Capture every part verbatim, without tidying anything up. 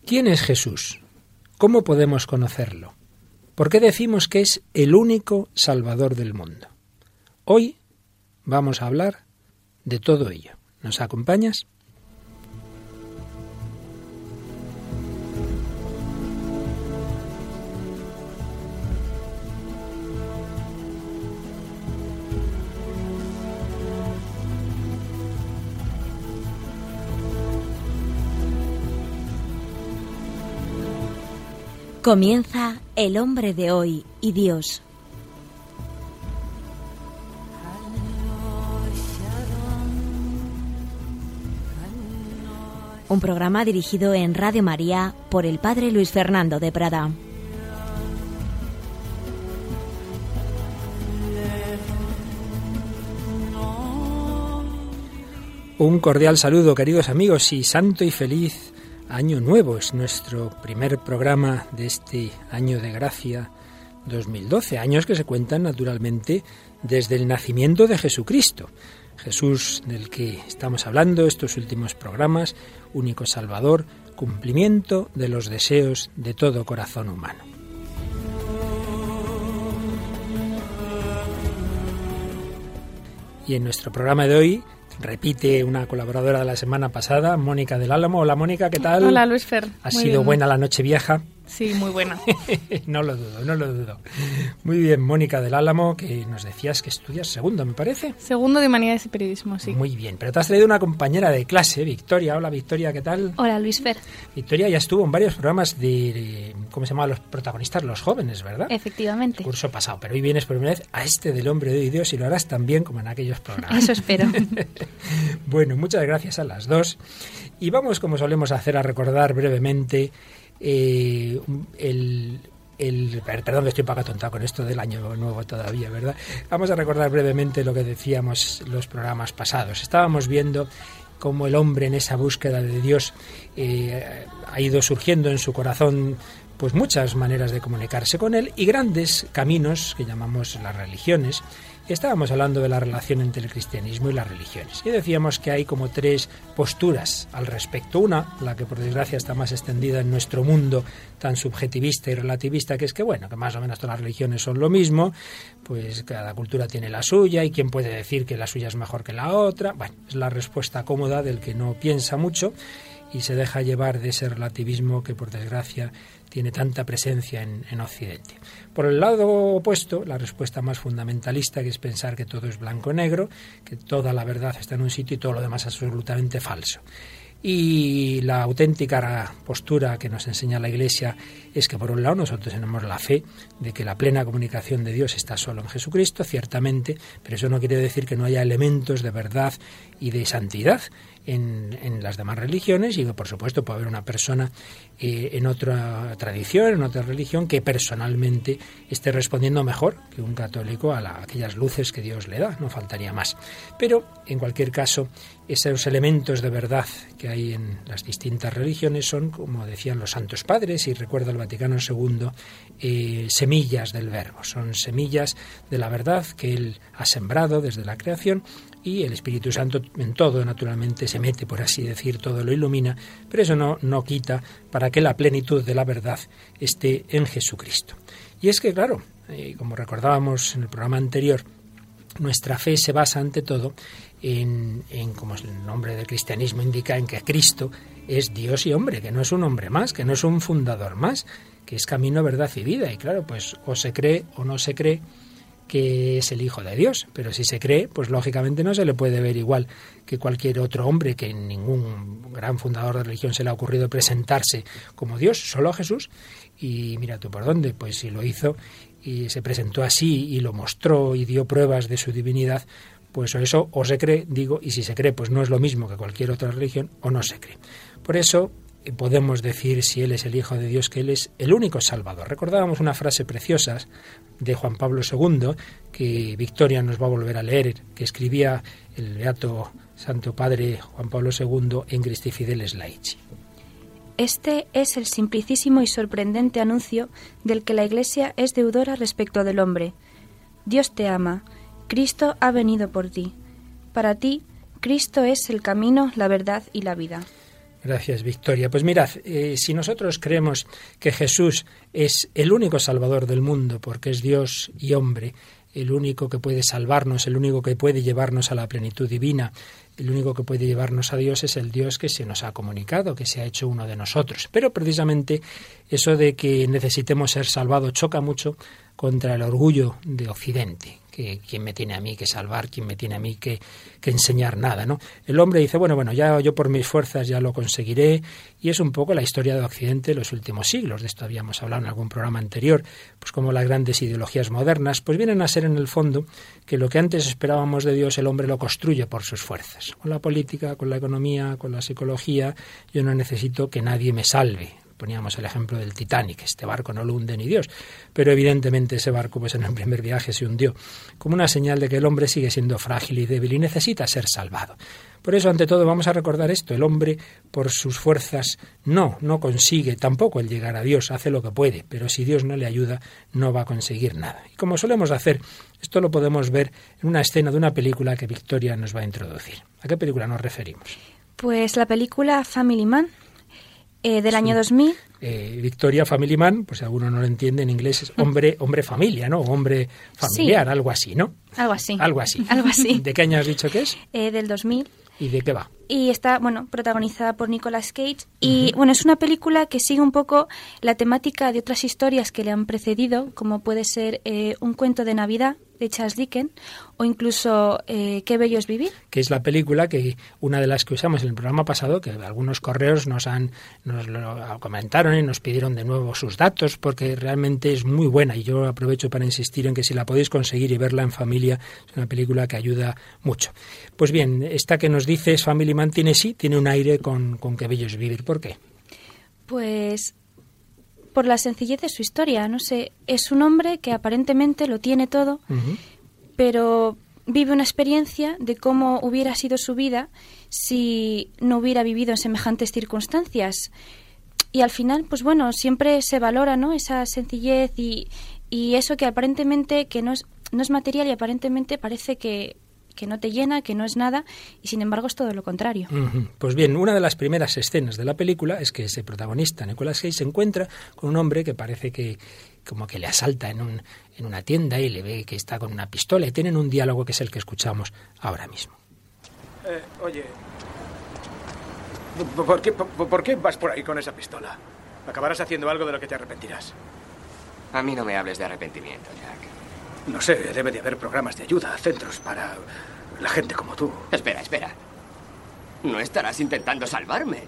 ¿Quién es Jesús? ¿Cómo podemos conocerlo? ¿Por qué decimos que es el único Salvador del mundo? Hoy vamos a hablar de todo ello. ¿Nos acompañas? Comienza El hombre de hoy y Dios. Un programa dirigido en Radio María por el Padre Luis Fernando de Prada. Un cordial saludo, queridos amigos, y santo y feliz Año Nuevo. Es nuestro primer programa de este año de gracia dos mil doce, años que se cuentan naturalmente desde el nacimiento de Jesucristo. Jesús del que estamos hablando estos últimos programas, único Salvador, cumplimiento de los deseos de todo corazón humano. Y en nuestro programa de hoy repite una colaboradora de la semana pasada, Mónica del Álamo. Hola, Mónica, ¿qué tal? Hola, Luis Fer. ¿Ha muy sido bien. buena la noche vieja? Sí, muy buena. No lo dudo, no lo dudo. Muy bien, Mónica del Álamo, que nos decías que estudias segundo, me parece. Segundo de Humanidades y Periodismo, sí. Muy bien, pero te has traído una compañera de clase, Victoria. Hola, Victoria, ¿qué tal? Hola, Luis Fer. Victoria ya estuvo en varios programas de, ¿cómo se llaman los protagonistas? Los jóvenes, ¿verdad? Efectivamente. El curso pasado, pero hoy vienes por primera vez a este del hombre de hoy y Dios y lo harás tan bien como en aquellos programas. Eso espero. Bueno, muchas gracias a las dos. Y vamos, como solemos hacer, a recordar brevemente eh, el... El, perdón que estoy para atontado con esto del año nuevo todavía, ¿verdad? Vamos a recordar brevemente lo que decíamos los programas pasados. Estábamos viendo cómo el hombre en esa búsqueda de Dios eh, ha ido surgiendo en su corazón pues muchas maneras de comunicarse con él y grandes caminos que llamamos las religiones. Estábamos hablando de la relación entre el cristianismo y las religiones y decíamos que hay como tres posturas al respecto. Una, la que por desgracia está más extendida en nuestro mundo tan subjetivista y relativista, que es que bueno, que más o menos todas las religiones son lo mismo, pues cada cultura tiene la suya y quién puede decir que la suya es mejor que la otra. Bueno, es la respuesta cómoda del que no piensa mucho y se deja llevar de ese relativismo que por desgracia tiene tanta presencia en, en Occidente. Por el lado opuesto, la respuesta más fundamentalista, que es pensar que todo es blanco o negro, que toda la verdad está en un sitio y todo lo demás es absolutamente falso. Y la auténtica postura que nos enseña la Iglesia es que por un lado nosotros tenemos la fe de que la plena comunicación de Dios está solo en Jesucristo, ciertamente, pero eso no quiere decir que no haya elementos de verdad y de santidad en, en las demás religiones y que por supuesto puede haber una persona eh, en otra tradición, en otra religión que personalmente esté respondiendo mejor que un católico a, la, a aquellas luces que Dios le da, no faltaría más. Pero en cualquier caso, esos elementos de verdad que hay en las distintas religiones son, como decían los santos padres, y recuerda el Vaticano segundo, eh, semillas del Verbo, son semillas de la verdad que Él ha sembrado desde la creación y el Espíritu Santo en todo, naturalmente, se mete, por así decir, todo lo ilumina, pero eso no, no quita para que la plenitud de la verdad esté en Jesucristo. Y es que, claro, eh, como recordábamos en el programa anterior, nuestra fe se basa ante todo en, en, como el nombre del cristianismo indica, en que Cristo es Dios y hombre, que no es un hombre más, que no es un fundador más, que es camino, verdad y vida. Y claro, pues o se cree o no se cree que es el Hijo de Dios, pero si se cree, pues lógicamente no se le puede ver igual que cualquier otro hombre, que ningún gran fundador de religión se le ha ocurrido presentarse como Dios, solo a Jesús. Y mira tú por dónde, pues si lo hizo y se presentó así y lo mostró y dio pruebas de su divinidad, pues eso o se cree, digo, y si se cree, pues no es lo mismo que cualquier otra religión, o no se cree. Por eso podemos decir, si Él es el Hijo de Dios, que Él es el único Salvador. Recordábamos una frase preciosa de Juan Pablo segundo, que Victoria nos va a volver a leer, que escribía el beato Santo Padre Juan Pablo segundo en Christi Fideles Laici. Este es el simplicísimo y sorprendente anuncio del que la Iglesia es deudora respecto del hombre. Dios te ama, Cristo ha venido por ti. Para ti, Cristo es el camino, la verdad y la vida. Gracias, Victoria. Pues mirad, eh, si nosotros creemos que Jesús es el único Salvador del mundo, porque es Dios y hombre, el único que puede salvarnos, el único que puede llevarnos a la plenitud divina, el único que puede llevarnos a Dios es el Dios que se nos ha comunicado, que se ha hecho uno de nosotros. Pero precisamente eso de que necesitemos ser salvados choca mucho contra el orgullo de Occidente. Que quién me tiene a mí que salvar, quién me tiene a mí que, que enseñar nada, ¿no? El hombre dice, bueno, bueno, ya yo por mis fuerzas ya lo conseguiré, y es un poco la historia de Occidente en los últimos siglos. De esto habíamos hablado en algún programa anterior, pues como las grandes ideologías modernas, pues vienen a ser en el fondo que lo que antes esperábamos de Dios, el hombre lo construye por sus fuerzas. Con la política, con la economía, con la psicología, yo no necesito que nadie me salve. Poníamos el ejemplo del Titanic, este barco no lo hunde ni Dios, pero evidentemente ese barco pues en el primer viaje se hundió, como una señal de que el hombre sigue siendo frágil y débil y necesita ser salvado. Por eso, ante todo, vamos a recordar esto, el hombre por sus fuerzas no, no consigue tampoco el llegar a Dios, hace lo que puede, pero si Dios no le ayuda no va a conseguir nada. Y como solemos hacer, esto lo podemos ver en una escena de una película que Victoria nos va a introducir. ¿A qué película nos referimos? Pues la película Family Man. Eh, del sí. año dos mil. Eh, Victoria, Family Man, pues si alguno no lo entiende en inglés, es hombre, hombre familia, ¿no? Hombre familiar, sí. Algo así, ¿no? Algo así. Algo así. Algo así. ¿De qué año has dicho que es? Eh, del dos mil. ¿Y de qué va? Y está, bueno, protagonizada por Nicolas Cage. Y, uh-huh. bueno, es una película que sigue un poco la temática de otras historias que le han precedido, como puede ser eh, Un cuento de Navidad, de Charles Dickens, o incluso eh, Qué bello es vivir. Que es la película que, una de las que usamos en el programa pasado, que algunos correos nos han nos lo comentaron y nos pidieron de nuevo sus datos, porque realmente es muy buena. Y yo aprovecho para insistir en que si la podéis conseguir y verla en familia, es una película que ayuda mucho. Pues bien, esta que nos dices, Family Man, tiene sí, tiene un aire con, con Qué bello es vivir. ¿Por qué? Pues por la sencillez de su historia, no sé, es un hombre que aparentemente lo tiene todo, uh-huh. pero vive una experiencia de cómo hubiera sido su vida si no hubiera vivido en semejantes circunstancias. Y al final, pues bueno, siempre se valora, ¿no?, esa sencillez y, y eso que aparentemente que no es, no es material y aparentemente parece que que no te llena, que no es nada, y sin embargo es todo lo contrario. Uh-huh. Pues bien, una de las primeras escenas de la película es que ese protagonista, Nicolas Cage, se encuentra con un hombre que parece que como que le asalta en, un, en una tienda y le ve que está con una pistola, y tienen un diálogo que es el que escuchamos ahora mismo. Eh, oye, ¿por qué, por, ¿por qué vas por ahí con esa pistola? Acabarás haciendo algo de lo que te arrepentirás. A mí no me hables de arrepentimiento, Jack. No sé, debe de haber programas de ayuda, centros para la gente como tú. Espera, espera. ¿No estarás intentando salvarme?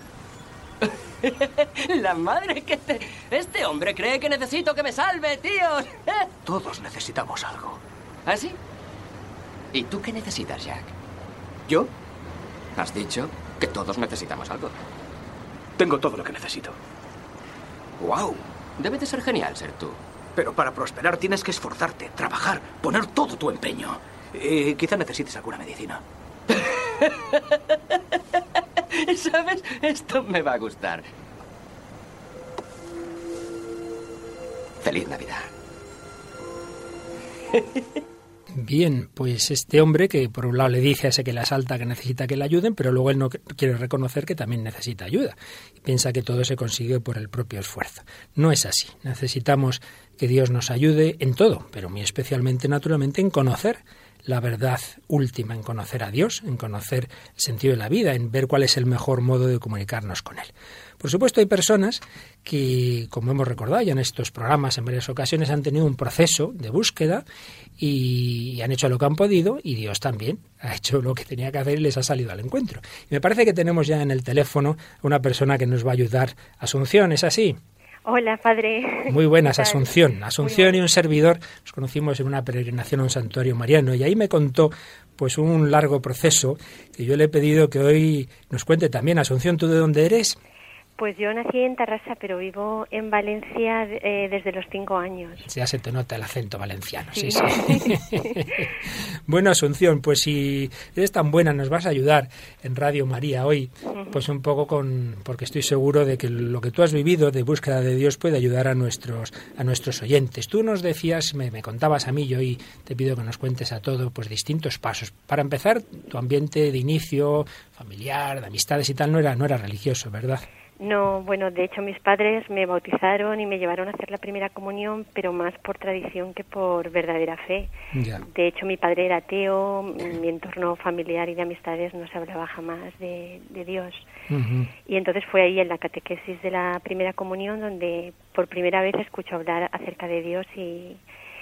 La madre que te... Este hombre cree que necesito que me salve, tíos. Todos necesitamos algo. ¿Ah, sí? ¿Y tú qué necesitas, Jack? ¿Yo? Has dicho que todos necesitamos algo. Tengo todo lo que necesito. ¡Wow! Debe de ser genial ser tú. Pero para prosperar tienes que esforzarte, trabajar, poner todo tu empeño. Eh, quizá necesites alguna medicina. ¿Sabes? Esto me va a gustar. Feliz Navidad. Bien, pues este hombre que por un lado le dice a ese que le asalta que necesita que le ayuden, pero luego él no quiere reconocer que también necesita ayuda. Y piensa que todo se consigue por el propio esfuerzo. No es así. Necesitamos que Dios nos ayude en todo, pero muy especialmente, naturalmente, en conocer la verdad última, en conocer a Dios, en conocer el sentido de la vida, en ver cuál es el mejor modo de comunicarnos con Él. Por supuesto, hay personas que, como hemos recordado ya en estos programas en varias ocasiones, han tenido un proceso de búsqueda y han hecho lo que han podido, y Dios también ha hecho lo que tenía que hacer y les ha salido al encuentro. Y me parece que tenemos ya en el teléfono a una persona que nos va a ayudar. Asunción, ¿es así? Hola, padre. Muy buenas, Asunción. Asunción y un servidor nos conocimos en una peregrinación a un santuario mariano, y ahí me contó pues un largo proceso que yo le he pedido que hoy nos cuente también. Asunción, ¿tú de dónde eres? Pues yo nací en Tarrasa, pero vivo en Valencia eh, desde los cinco años. Ya se te nota el acento valenciano, sí, Sí. sí. Bueno, Asunción, pues si eres tan buena, nos vas a ayudar en Radio María hoy, pues un poco con, porque estoy seguro de que lo que tú has vivido de búsqueda de Dios puede ayudar a nuestros a nuestros oyentes. Tú nos decías, me, me contabas a mí, yo hoy te pido que nos cuentes a todo, pues distintos pasos. Para empezar, tu ambiente de inicio, familiar, de amistades y tal, no era, no era religioso, ¿verdad? No, bueno, de hecho mis padres me bautizaron y me llevaron a hacer la primera comunión, pero más por tradición que por verdadera fe. Ya. De hecho, mi padre era ateo, mi entorno familiar y de amistades no se hablaba jamás de, de Dios. Uh-huh. Y entonces fue ahí en la catequesis de la primera comunión donde por primera vez escucho hablar acerca de Dios y,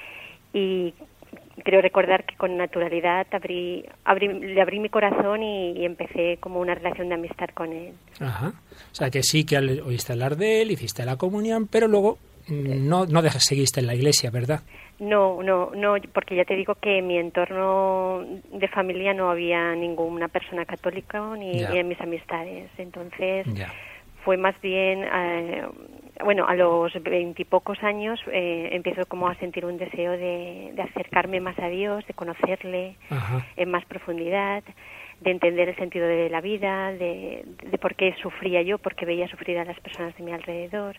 y creo recordar que con naturalidad abrí, abrí, le abrí mi corazón y, y empecé como una relación de amistad con él. Ajá. O sea que sí que oíste hablar de él, hiciste la comunión, pero luego no, no dejas, seguiste en la iglesia, ¿verdad? No, no, no, porque ya te digo que en mi entorno de familia no había ninguna persona católica ni, ni en mis amistades. Entonces ya. Fue más bien, eh, bueno, a los veintipocos años eh, empiezo como a sentir un deseo de, de acercarme más a Dios, de conocerle Ajá. en más profundidad, de entender el sentido de la vida, de, de por qué sufría yo, porque veía sufrir a las personas de mi alrededor.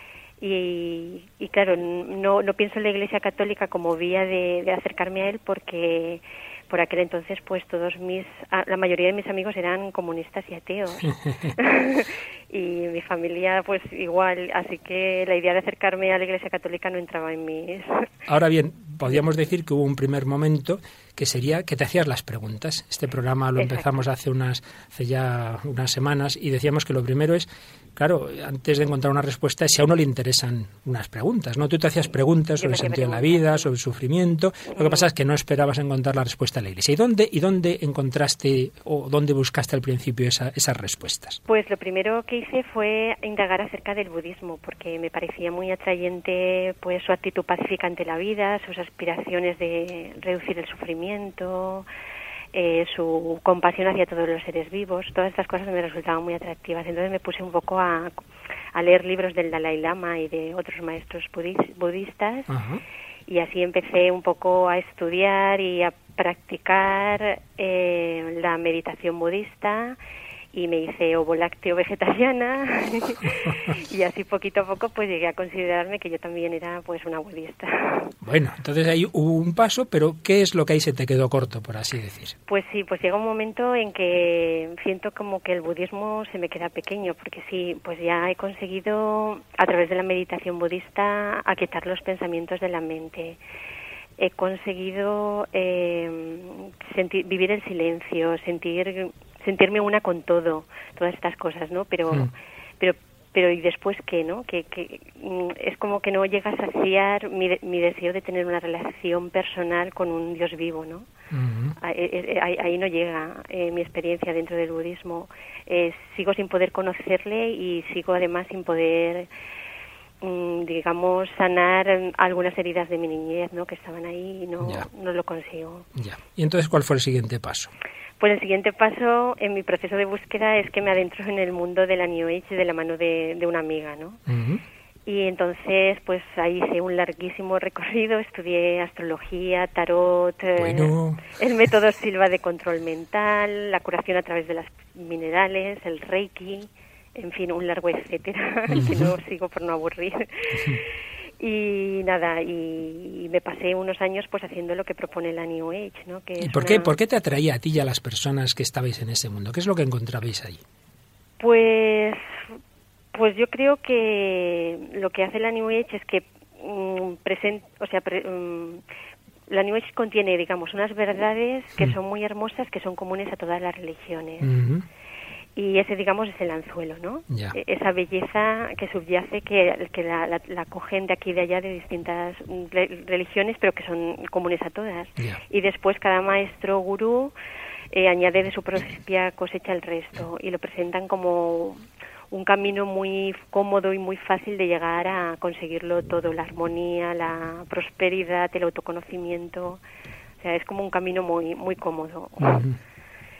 Y, y claro, no, no pienso en la Iglesia Católica como vía de, de acercarme a él porque por aquel entonces pues todos mis, la mayoría de mis amigos eran comunistas y ateos. Y mi familia pues igual, así que la idea de acercarme a la Iglesia Católica no entraba en mis... Ahora bien, podríamos decir que hubo un primer momento que sería que te hacías las preguntas. Este programa lo Exacto. empezamos hace unas hace ya unas semanas y decíamos que lo primero es, claro, antes de encontrar una respuesta, si a uno le interesan unas preguntas, ¿no? Tú te hacías preguntas sobre el sentido de la vida, sobre el sufrimiento. Lo que pasa es que no esperabas encontrar la respuesta en la Iglesia. ¿Y dónde, y dónde encontraste o dónde buscaste al principio esa, esas respuestas? Pues lo primero que hice fue indagar acerca del budismo, porque me parecía muy atrayente pues su actitud pacífica ante la vida, sus aspiraciones de reducir el sufrimiento, eh, su compasión hacia todos los seres vivos. Todas estas cosas me resultaban muy atractivas. Entonces me puse un poco a, a leer libros del Dalai Lama y de otros maestros budis, budistas. Ajá. Y así empecé un poco a estudiar y a practicar eh, la meditación budista y me hice ovolácteo vegetariana y así poquito a poco pues llegué a considerarme que yo también era pues una budista. Bueno, entonces ahí hubo un paso, pero ¿qué es lo que ahí se te quedó corto, por así decir? Pues sí, pues llega un momento en que siento como que el budismo se me queda pequeño, porque sí, pues ya he conseguido a través de la meditación budista aquietar los pensamientos de la mente. He conseguido eh, sentir, vivir el silencio, sentir sentirme una con todo, todas estas cosas, ¿no? Pero, mm. pero, pero ¿y después qué, no? Que, que es como que no llega a saciar mi, mi deseo de tener una relación personal con un Dios vivo, ¿no? Mm-hmm. Ahí, ahí, ahí no llega eh, mi experiencia dentro del budismo. Eh, sigo sin poder conocerle y sigo además sin poder, mm, digamos, sanar algunas heridas de mi niñez, ¿no? Que estaban ahí y no, no lo consigo. Ya. ¿Y entonces cuál fue el siguiente paso? Pues el siguiente paso en mi proceso de búsqueda es que me adentro en el mundo de la New Age de la mano de, de una amiga, ¿no? Uh-huh. Y entonces, pues ahí hice un larguísimo recorrido, estudié astrología, tarot, bueno. eh, el método Silva de control mental, la curación a través de los minerales, el Reiki, en fin, un largo etcétera, uh-huh. que no sigo por no aburrir. Uh-huh. Y nada, y me pasé unos años pues haciendo lo que propone la New Age, ¿no? Que ¿Y es por una... qué, por qué te atraía a ti y a las personas que estabais en ese mundo? ¿Qué es lo que encontrabais ahí? Pues, pues yo creo que lo que hace la New Age es que um, present, o sea, pre, um, la New Age contiene, digamos, unas verdades que mm. son muy hermosas, que son comunes a todas las religiones. Mm-hmm. Y ese, digamos, es el anzuelo, ¿no? Ya. Esa belleza que subyace, que, que la, la, la cogen de aquí y de allá de distintas re- religiones, pero que son comunes a todas. Ya. Y después cada maestro gurú eh, añade de su propia cosecha el resto y lo presentan como un camino muy cómodo y muy fácil de llegar a conseguirlo todo, la armonía, la prosperidad, el autoconocimiento. O sea, es como un camino muy, muy cómodo. Uh-huh.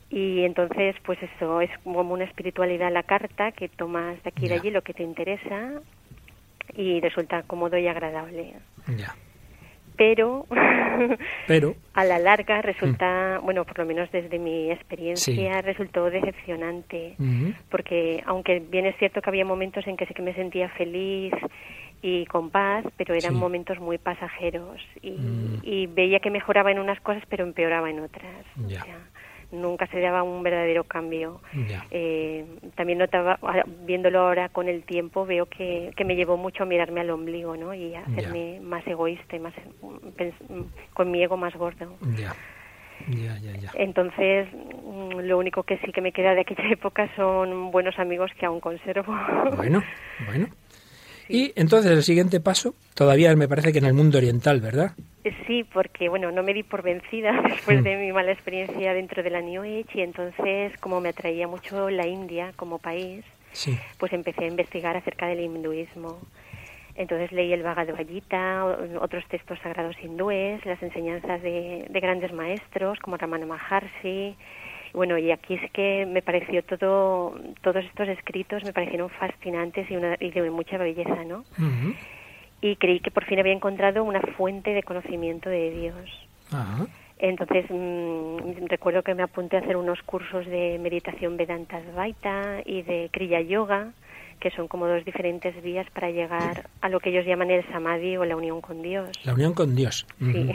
Y entonces, pues eso, es como una espiritualidad a la carta, que tomas de aquí y de Ya. allí lo que te interesa y resulta cómodo y agradable. Ya. Pero, Pero, a la larga resulta, bueno, por lo menos desde mi experiencia, Sí. resultó decepcionante. ujú, Porque aunque bien es cierto que había momentos en que sí que me sentía feliz y con paz, pero eran Sí. momentos muy pasajeros y, Mm. y veía que mejoraba en unas cosas pero empeoraba en otras. Ya. O sea, nunca se daba un verdadero cambio. ya. Eh, también notaba, ahora, viéndolo ahora con el tiempo, veo que, que me llevó mucho a mirarme al ombligo, ¿no? Y a hacerme más egoísta y más pens- con mi ego más gordo. Ya. Ya, ya, ya. Entonces, mm, lo único que sí que me queda de aquella época son buenos amigos que aún conservo. Bueno, bueno. Y entonces el siguiente paso, todavía me parece que en el mundo oriental, ¿verdad? Sí, porque bueno, no me di por vencida después Mm. de mi mala experiencia dentro de la New Age y entonces, como me atraía mucho la India como país, Sí. pues empecé a investigar acerca del hinduismo. Entonces leí el Bhagavad Gita, o- otros textos sagrados hindúes, las enseñanzas de, de grandes maestros como Ramana Maharshi. Bueno, y aquí es que me pareció todo, todos estos escritos me parecieron fascinantes y, una, y de mucha belleza, ¿no? Ujú. Y creí que por fin había encontrado una fuente de conocimiento de Dios. Ajá. Entonces, mmm, recuerdo que me apunté a hacer unos cursos de meditación Vedanta Advaita y de Kriya Yoga, que son como dos diferentes vías para llegar a lo que ellos llaman el Samadhi o la unión con Dios. La unión con Dios. Ujú. Sí.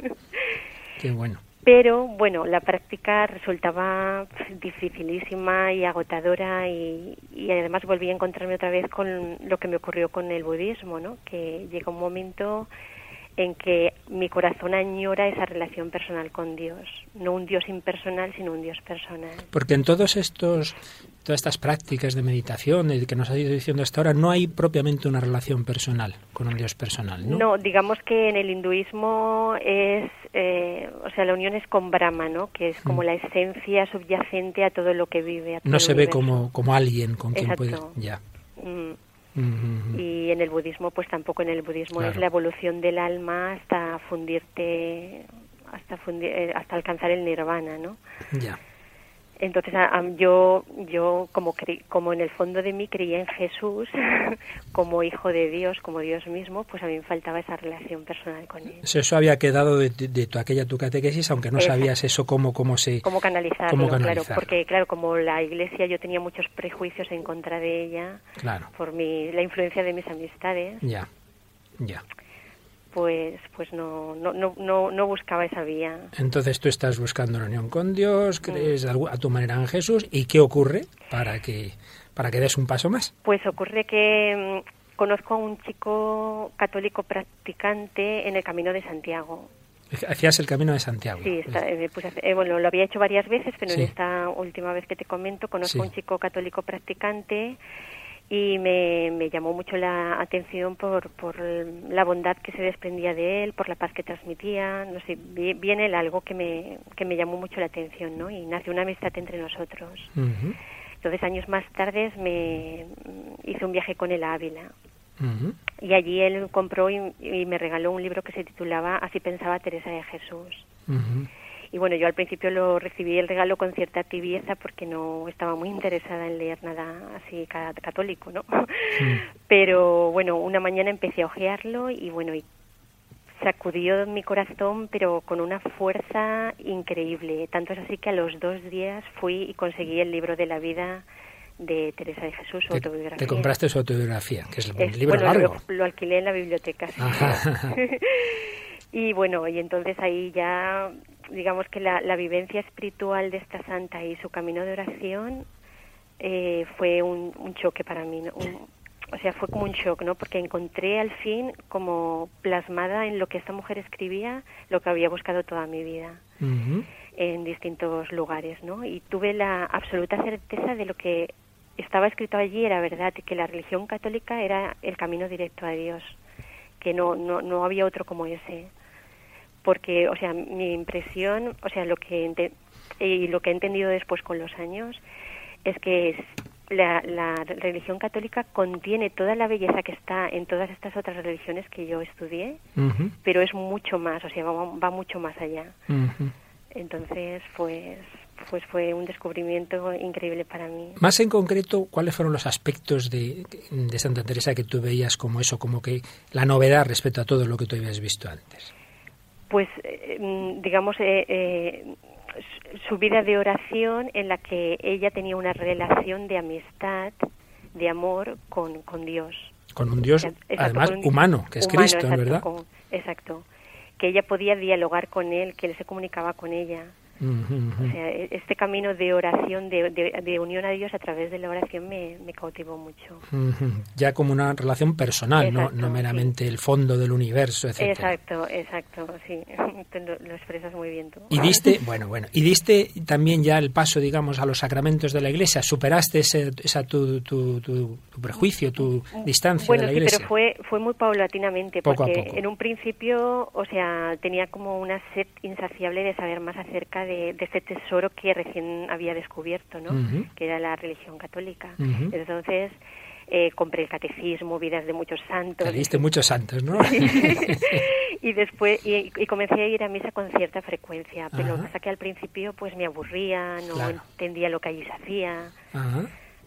Qué bueno. Pero, bueno, la práctica resultaba dificilísima y agotadora y, y además volví a encontrarme otra vez con lo que me ocurrió con el budismo, ¿no? Que llega un momento en que mi corazón añora esa relación personal con Dios. No un Dios impersonal, sino un Dios personal. Porque en todos estos, todas estas prácticas de meditación y que nos ha ido diciendo hasta ahora, no hay propiamente una relación personal con un Dios personal, ¿no? No, digamos que en el hinduismo es, eh, o sea, la unión es con Brahma, ¿no? Que es como Mm. la esencia subyacente a todo lo que vive. A todo No el se ve universo. como, como alguien con quien puede... Exacto. Ya. Mm. Ujú. Y en el budismo, pues tampoco en el budismo Claro. es la evolución del alma hasta fundirte, hasta fundir, eh, hasta alcanzar el nirvana, ¿no? Ya. Entonces a- a- yo, yo como cre- como en el fondo de mí creía en Jesús como hijo de Dios, como Dios mismo, pues a mí me faltaba esa relación personal con él. Eso, eso había quedado de, de- de tu, aquella tu catequesis, aunque no Exacto. sabías eso cómo, cómo se... Cómo canalizarlo, cómo claro, canalizarlo. porque claro, como la Iglesia yo tenía muchos prejuicios en contra de ella Claro. por mi, la influencia de mis amistades. Ya. Ya. Pues, pues no, no, no, no, no buscaba esa vía. Entonces tú estás buscando la unión con Dios, crees de algu- a tu manera en Jesús, ¿y qué ocurre para que para que des un paso más? Pues ocurre que mm, conozco a un chico católico practicante en el Camino de Santiago. Hacías el camino de Santiago. Sí, está, eh, me puse a hacer- eh, bueno, lo había hecho varias veces, pero Sí. en esta última vez que te comento conozco Sí. a un chico católico practicante y me, me llamó mucho la atención por, por la bondad que se desprendía de él, por la paz que transmitía, no sé, vi- viene él algo que me, que me llamó mucho la atención, ¿no? Y nació una amistad entre nosotros. Ujú, Entonces, años más tarde me hice un viaje con él a Ávila. ujú. Y allí él compró y, y me regaló un libro que se titulaba Así pensaba Teresa de Jesús. Ujú. Y bueno, yo al principio lo recibí el regalo con cierta tibieza porque no estaba muy interesada en leer nada así ca- católico, ¿no? Pero bueno, una mañana empecé a hojearlo y bueno, y sacudió mi corazón, pero con una fuerza increíble. Tanto es así que a los dos días fui y conseguí el libro de la vida de Teresa de Jesús, su Te, autobiografía. te compraste su autobiografía, que es un Es- libro bueno, largo. Lo, lo alquilé en la biblioteca. Sí. Ajá. Y bueno, y entonces ahí ya, digamos que la, la vivencia espiritual de esta santa y su camino de oración eh, fue un, un choque para mí, ¿no? Un- o sea, fue como un shock, ¿no? Porque encontré al fin como plasmada en lo que esta mujer escribía, lo que había buscado toda mi vida Ujú. en distintos lugares, ¿no? Y tuve la absoluta certeza de lo que estaba escrito allí era verdad, y que la religión católica era el camino directo a Dios, que no, no, no había otro como ese. Porque, o sea, mi impresión, o sea, lo que ente- y lo que he entendido después con los años, es que es la, la religión católica contiene toda la belleza que está en todas estas otras religiones que yo estudié, Ujú. pero es mucho más, o sea, va, va mucho más allá. Ujú. Entonces, pues, pues fue un descubrimiento increíble para mí. Más en concreto, ¿cuáles fueron los aspectos de, de Santa Teresa que tú veías como eso, como que la novedad respecto a todo lo que tú habías visto antes? Pues, eh, digamos, eh, eh, su vida de oración en la que ella tenía una relación de amistad, de amor con, con Dios. Con un Dios, exacto, además, un, humano, que es humano, Cristo, exacto, ¿verdad? Con, exacto. Que ella podía dialogar con él, que él se comunicaba con ella. Uh-huh. O sea, este camino de oración, de, de, de unión a Dios a través de la oración me, me cautivó mucho. Uh-huh. Ya como una relación personal, exacto, no, no meramente sí. el fondo del universo, etcétera. Exacto, exacto, sí, lo, lo expresas muy bien tú. Y diste, bueno, bueno, y diste también ya el paso, digamos, a los sacramentos de la Iglesia. ¿Superaste ese, esa tu, tu, tu, tu prejuicio, tu distancia bueno, de la sí, Iglesia? Pero fue, fue muy paulatinamente, poco porque a poco. En un principio, o sea, tenía como una sed insaciable de saber más acerca de De, de este tesoro que recién había descubierto, ¿no? Uh-huh. Que era la religión católica. Uh-huh. Entonces, eh, compré el catecismo, vidas de muchos santos. Te diste muchos santos, ¿no? y después, y, y comencé a ir a misa con cierta frecuencia, pero uh-huh. lo que pasa que al principio pues me aburría, no claro. entendía lo que allí se hacía. Uh-huh.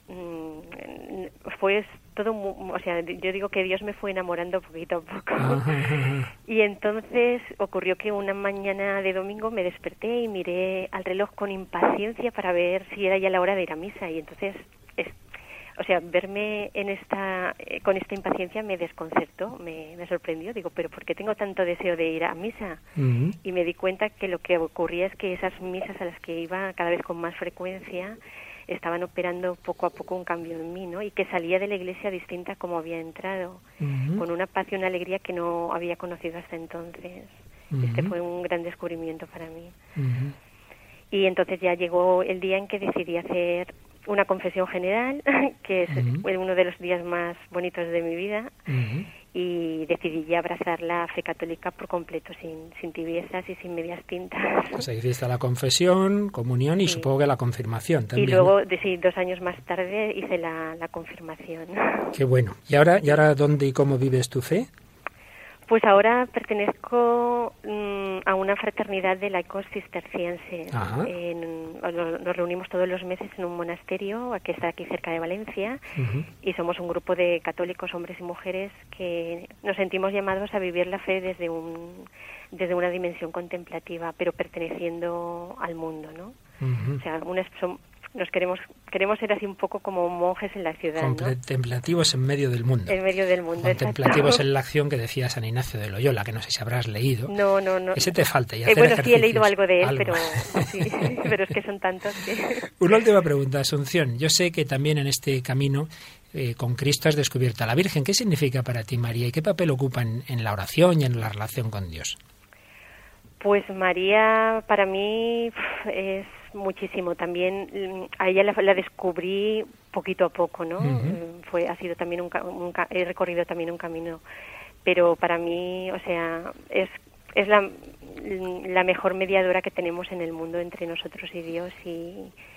Mm, fue todo, o sea, yo digo que Dios me fue enamorando poquito a poco. Uh-huh. Y entonces ocurrió que una mañana de domingo me desperté y miré al reloj con impaciencia para ver si era ya la hora de ir a misa. Y entonces, es, o sea, verme en esta, con esta impaciencia me desconcertó, me, me sorprendió. Digo, ¿pero por qué tengo tanto deseo de ir a misa? Uh-huh. Y me di cuenta que lo que ocurría es que esas misas a las que iba cada vez con más frecuencia estaban operando poco a poco un cambio en mí, ¿no? Y que salía de la iglesia distinta como había entrado, uh-huh. con una paz y una alegría que no había conocido hasta entonces. Uh-huh. Este fue un gran descubrimiento para mí. Uh-huh. Y entonces ya llegó el día en que decidí hacer una confesión general, que es uh-huh. uno de los días más bonitos de mi vida, uh-huh. y decidí ya abrazar la fe católica por completo, sin, sin tibiezas y sin medias tintas. O sea, hiciste la confesión, comunión y sí. supongo que la confirmación también. Y luego, de, sí, dos años más tarde hice la, la confirmación. Qué bueno. ¿Y ahora, ¿Y ahora dónde y cómo vives tu fe? Pues ahora pertenezco mmm, a una fraternidad de laicos cistercienses. En, nos reunimos todos los meses en un monasterio que está aquí cerca de Valencia, uh-huh. y somos un grupo de católicos, hombres y mujeres, que nos sentimos llamados a vivir la fe desde un desde una dimensión contemplativa, pero perteneciendo al mundo, ¿no? Uh-huh. O sea, una, son, nos queremos queremos ser así un poco como monjes en la ciudad, contemplativos, ¿no? En medio del mundo. En medio del mundo, contemplativos exacto. En la acción que decía San Ignacio de Loyola, que no sé si habrás leído. No, no, no. Ese te falta. Y eh, bueno, sí he leído algo de él, algo. pero sí, pero es que son tantos que... Una última pregunta, Asunción. Yo sé que también en este camino eh, con Cristo has descubierto a la Virgen. ¿Qué significa para ti María y qué papel ocupa en, en la oración y en la relación con Dios? Pues María para mí es muchísimo. También a ella la, la descubrí poquito a poco, ¿no? Uh-huh. Fue ha sido también un, un he recorrido también un camino, pero para mí, o sea, es es la la mejor mediadora que tenemos en el mundo entre nosotros y Dios, y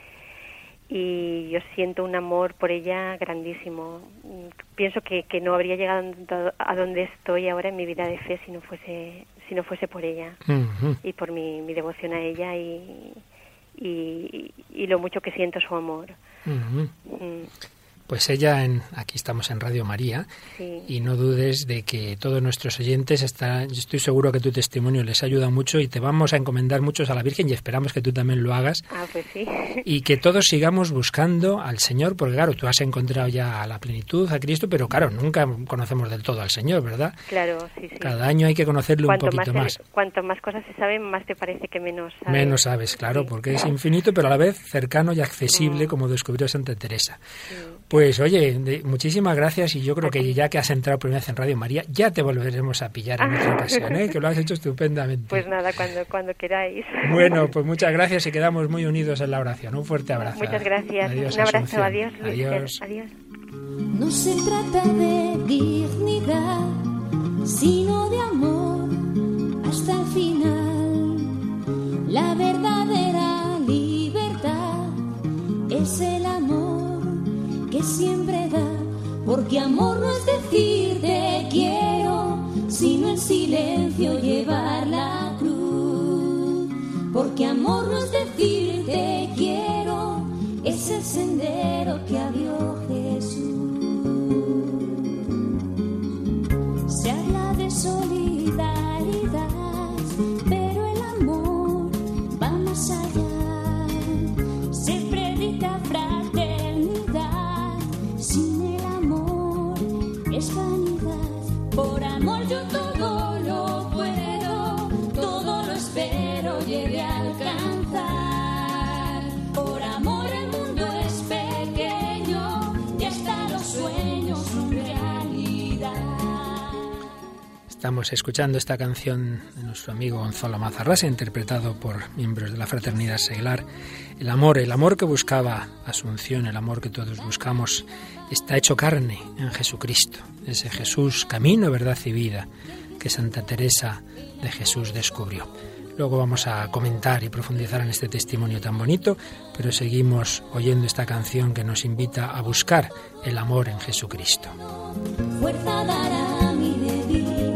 y yo siento un amor por ella grandísimo. Pienso que, que no habría llegado a donde estoy ahora en mi vida de fe si no fuese si no fuese por ella, uh-huh. y por mi, mi devoción a ella y, y, y lo mucho que siento su amor. Uh-huh. Mm. Pues ella, en, aquí estamos en Radio María, sí. Y no dudes de que todos nuestros oyentes, está, yo estoy seguro que tu testimonio les ayuda mucho y te vamos a encomendar muchos a la Virgen y esperamos que tú también lo hagas. Ah, pues sí. Y que todos sigamos buscando al Señor, porque claro, tú has encontrado ya la plenitud, a Cristo, pero claro, nunca conocemos del todo al Señor, ¿verdad? Claro, sí, sí. Cada año hay que conocerle cuanto un poquito más. más. Cuanto más cosas se saben, más te parece que menos sabes. Menos sabes, claro, sí. Porque es infinito, pero a la vez cercano y accesible, mm. como descubrió Santa Teresa. Sí. Pues oye, de, muchísimas gracias, y yo creo que ya que has entrado primera vez en Radio María, ya te volveremos a pillar en otra ocasión, ¿eh? Que lo has hecho estupendamente. Pues nada, cuando, cuando queráis. Bueno, pues muchas gracias y quedamos muy unidos en la oración. Un fuerte abrazo. Muchas gracias. Adiós, un abrazo, Asunción. adiós, Luis. Adiós. Adiós. No se trata de dignidad, sino de amor hasta el final. La verdadera libertad es el amor que siempre da, porque amor no es decir te quiero, sino en silencio llevar la cruz. Porque amor no es decir te Se habla de solidaridad, pero el amor va más allá. Se predica fraternidad, sin el amor es vanidad. Por amor yo todo lo puedo, todo lo espero, llegué a alcanzar. Por amor el mundo es pequeño y hasta los sueños son realidad. Estamos escuchando esta canción de nuestro amigo Gonzalo Mazarrasa, interpretado por miembros de la Fraternidad Seglar. El amor, el amor que buscaba Asunción, el amor que todos buscamos, está hecho carne en Jesucristo. Ese Jesús, camino, verdad y vida, que Santa Teresa de Jesús descubrió. Luego vamos a comentar y profundizar en este testimonio tan bonito, pero seguimos oyendo esta canción que nos invita a buscar el amor en Jesucristo. Fuerza dará mi debilidad.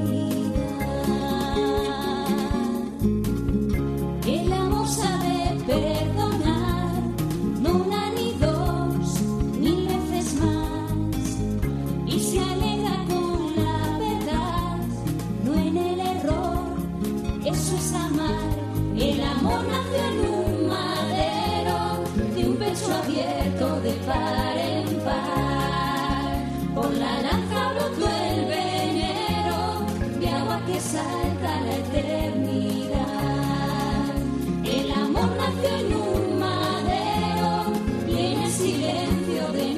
El amor sabe perdonar, no una ni dos, mil veces más. Y se alegra con la verdad, no en el error. Eso es amar. El amor nació en un madero, de un pecho abierto de par en par. Por la lanza brotó el venero, de agua que salta a la eternidad. El amor nació en un madero, y en el silencio de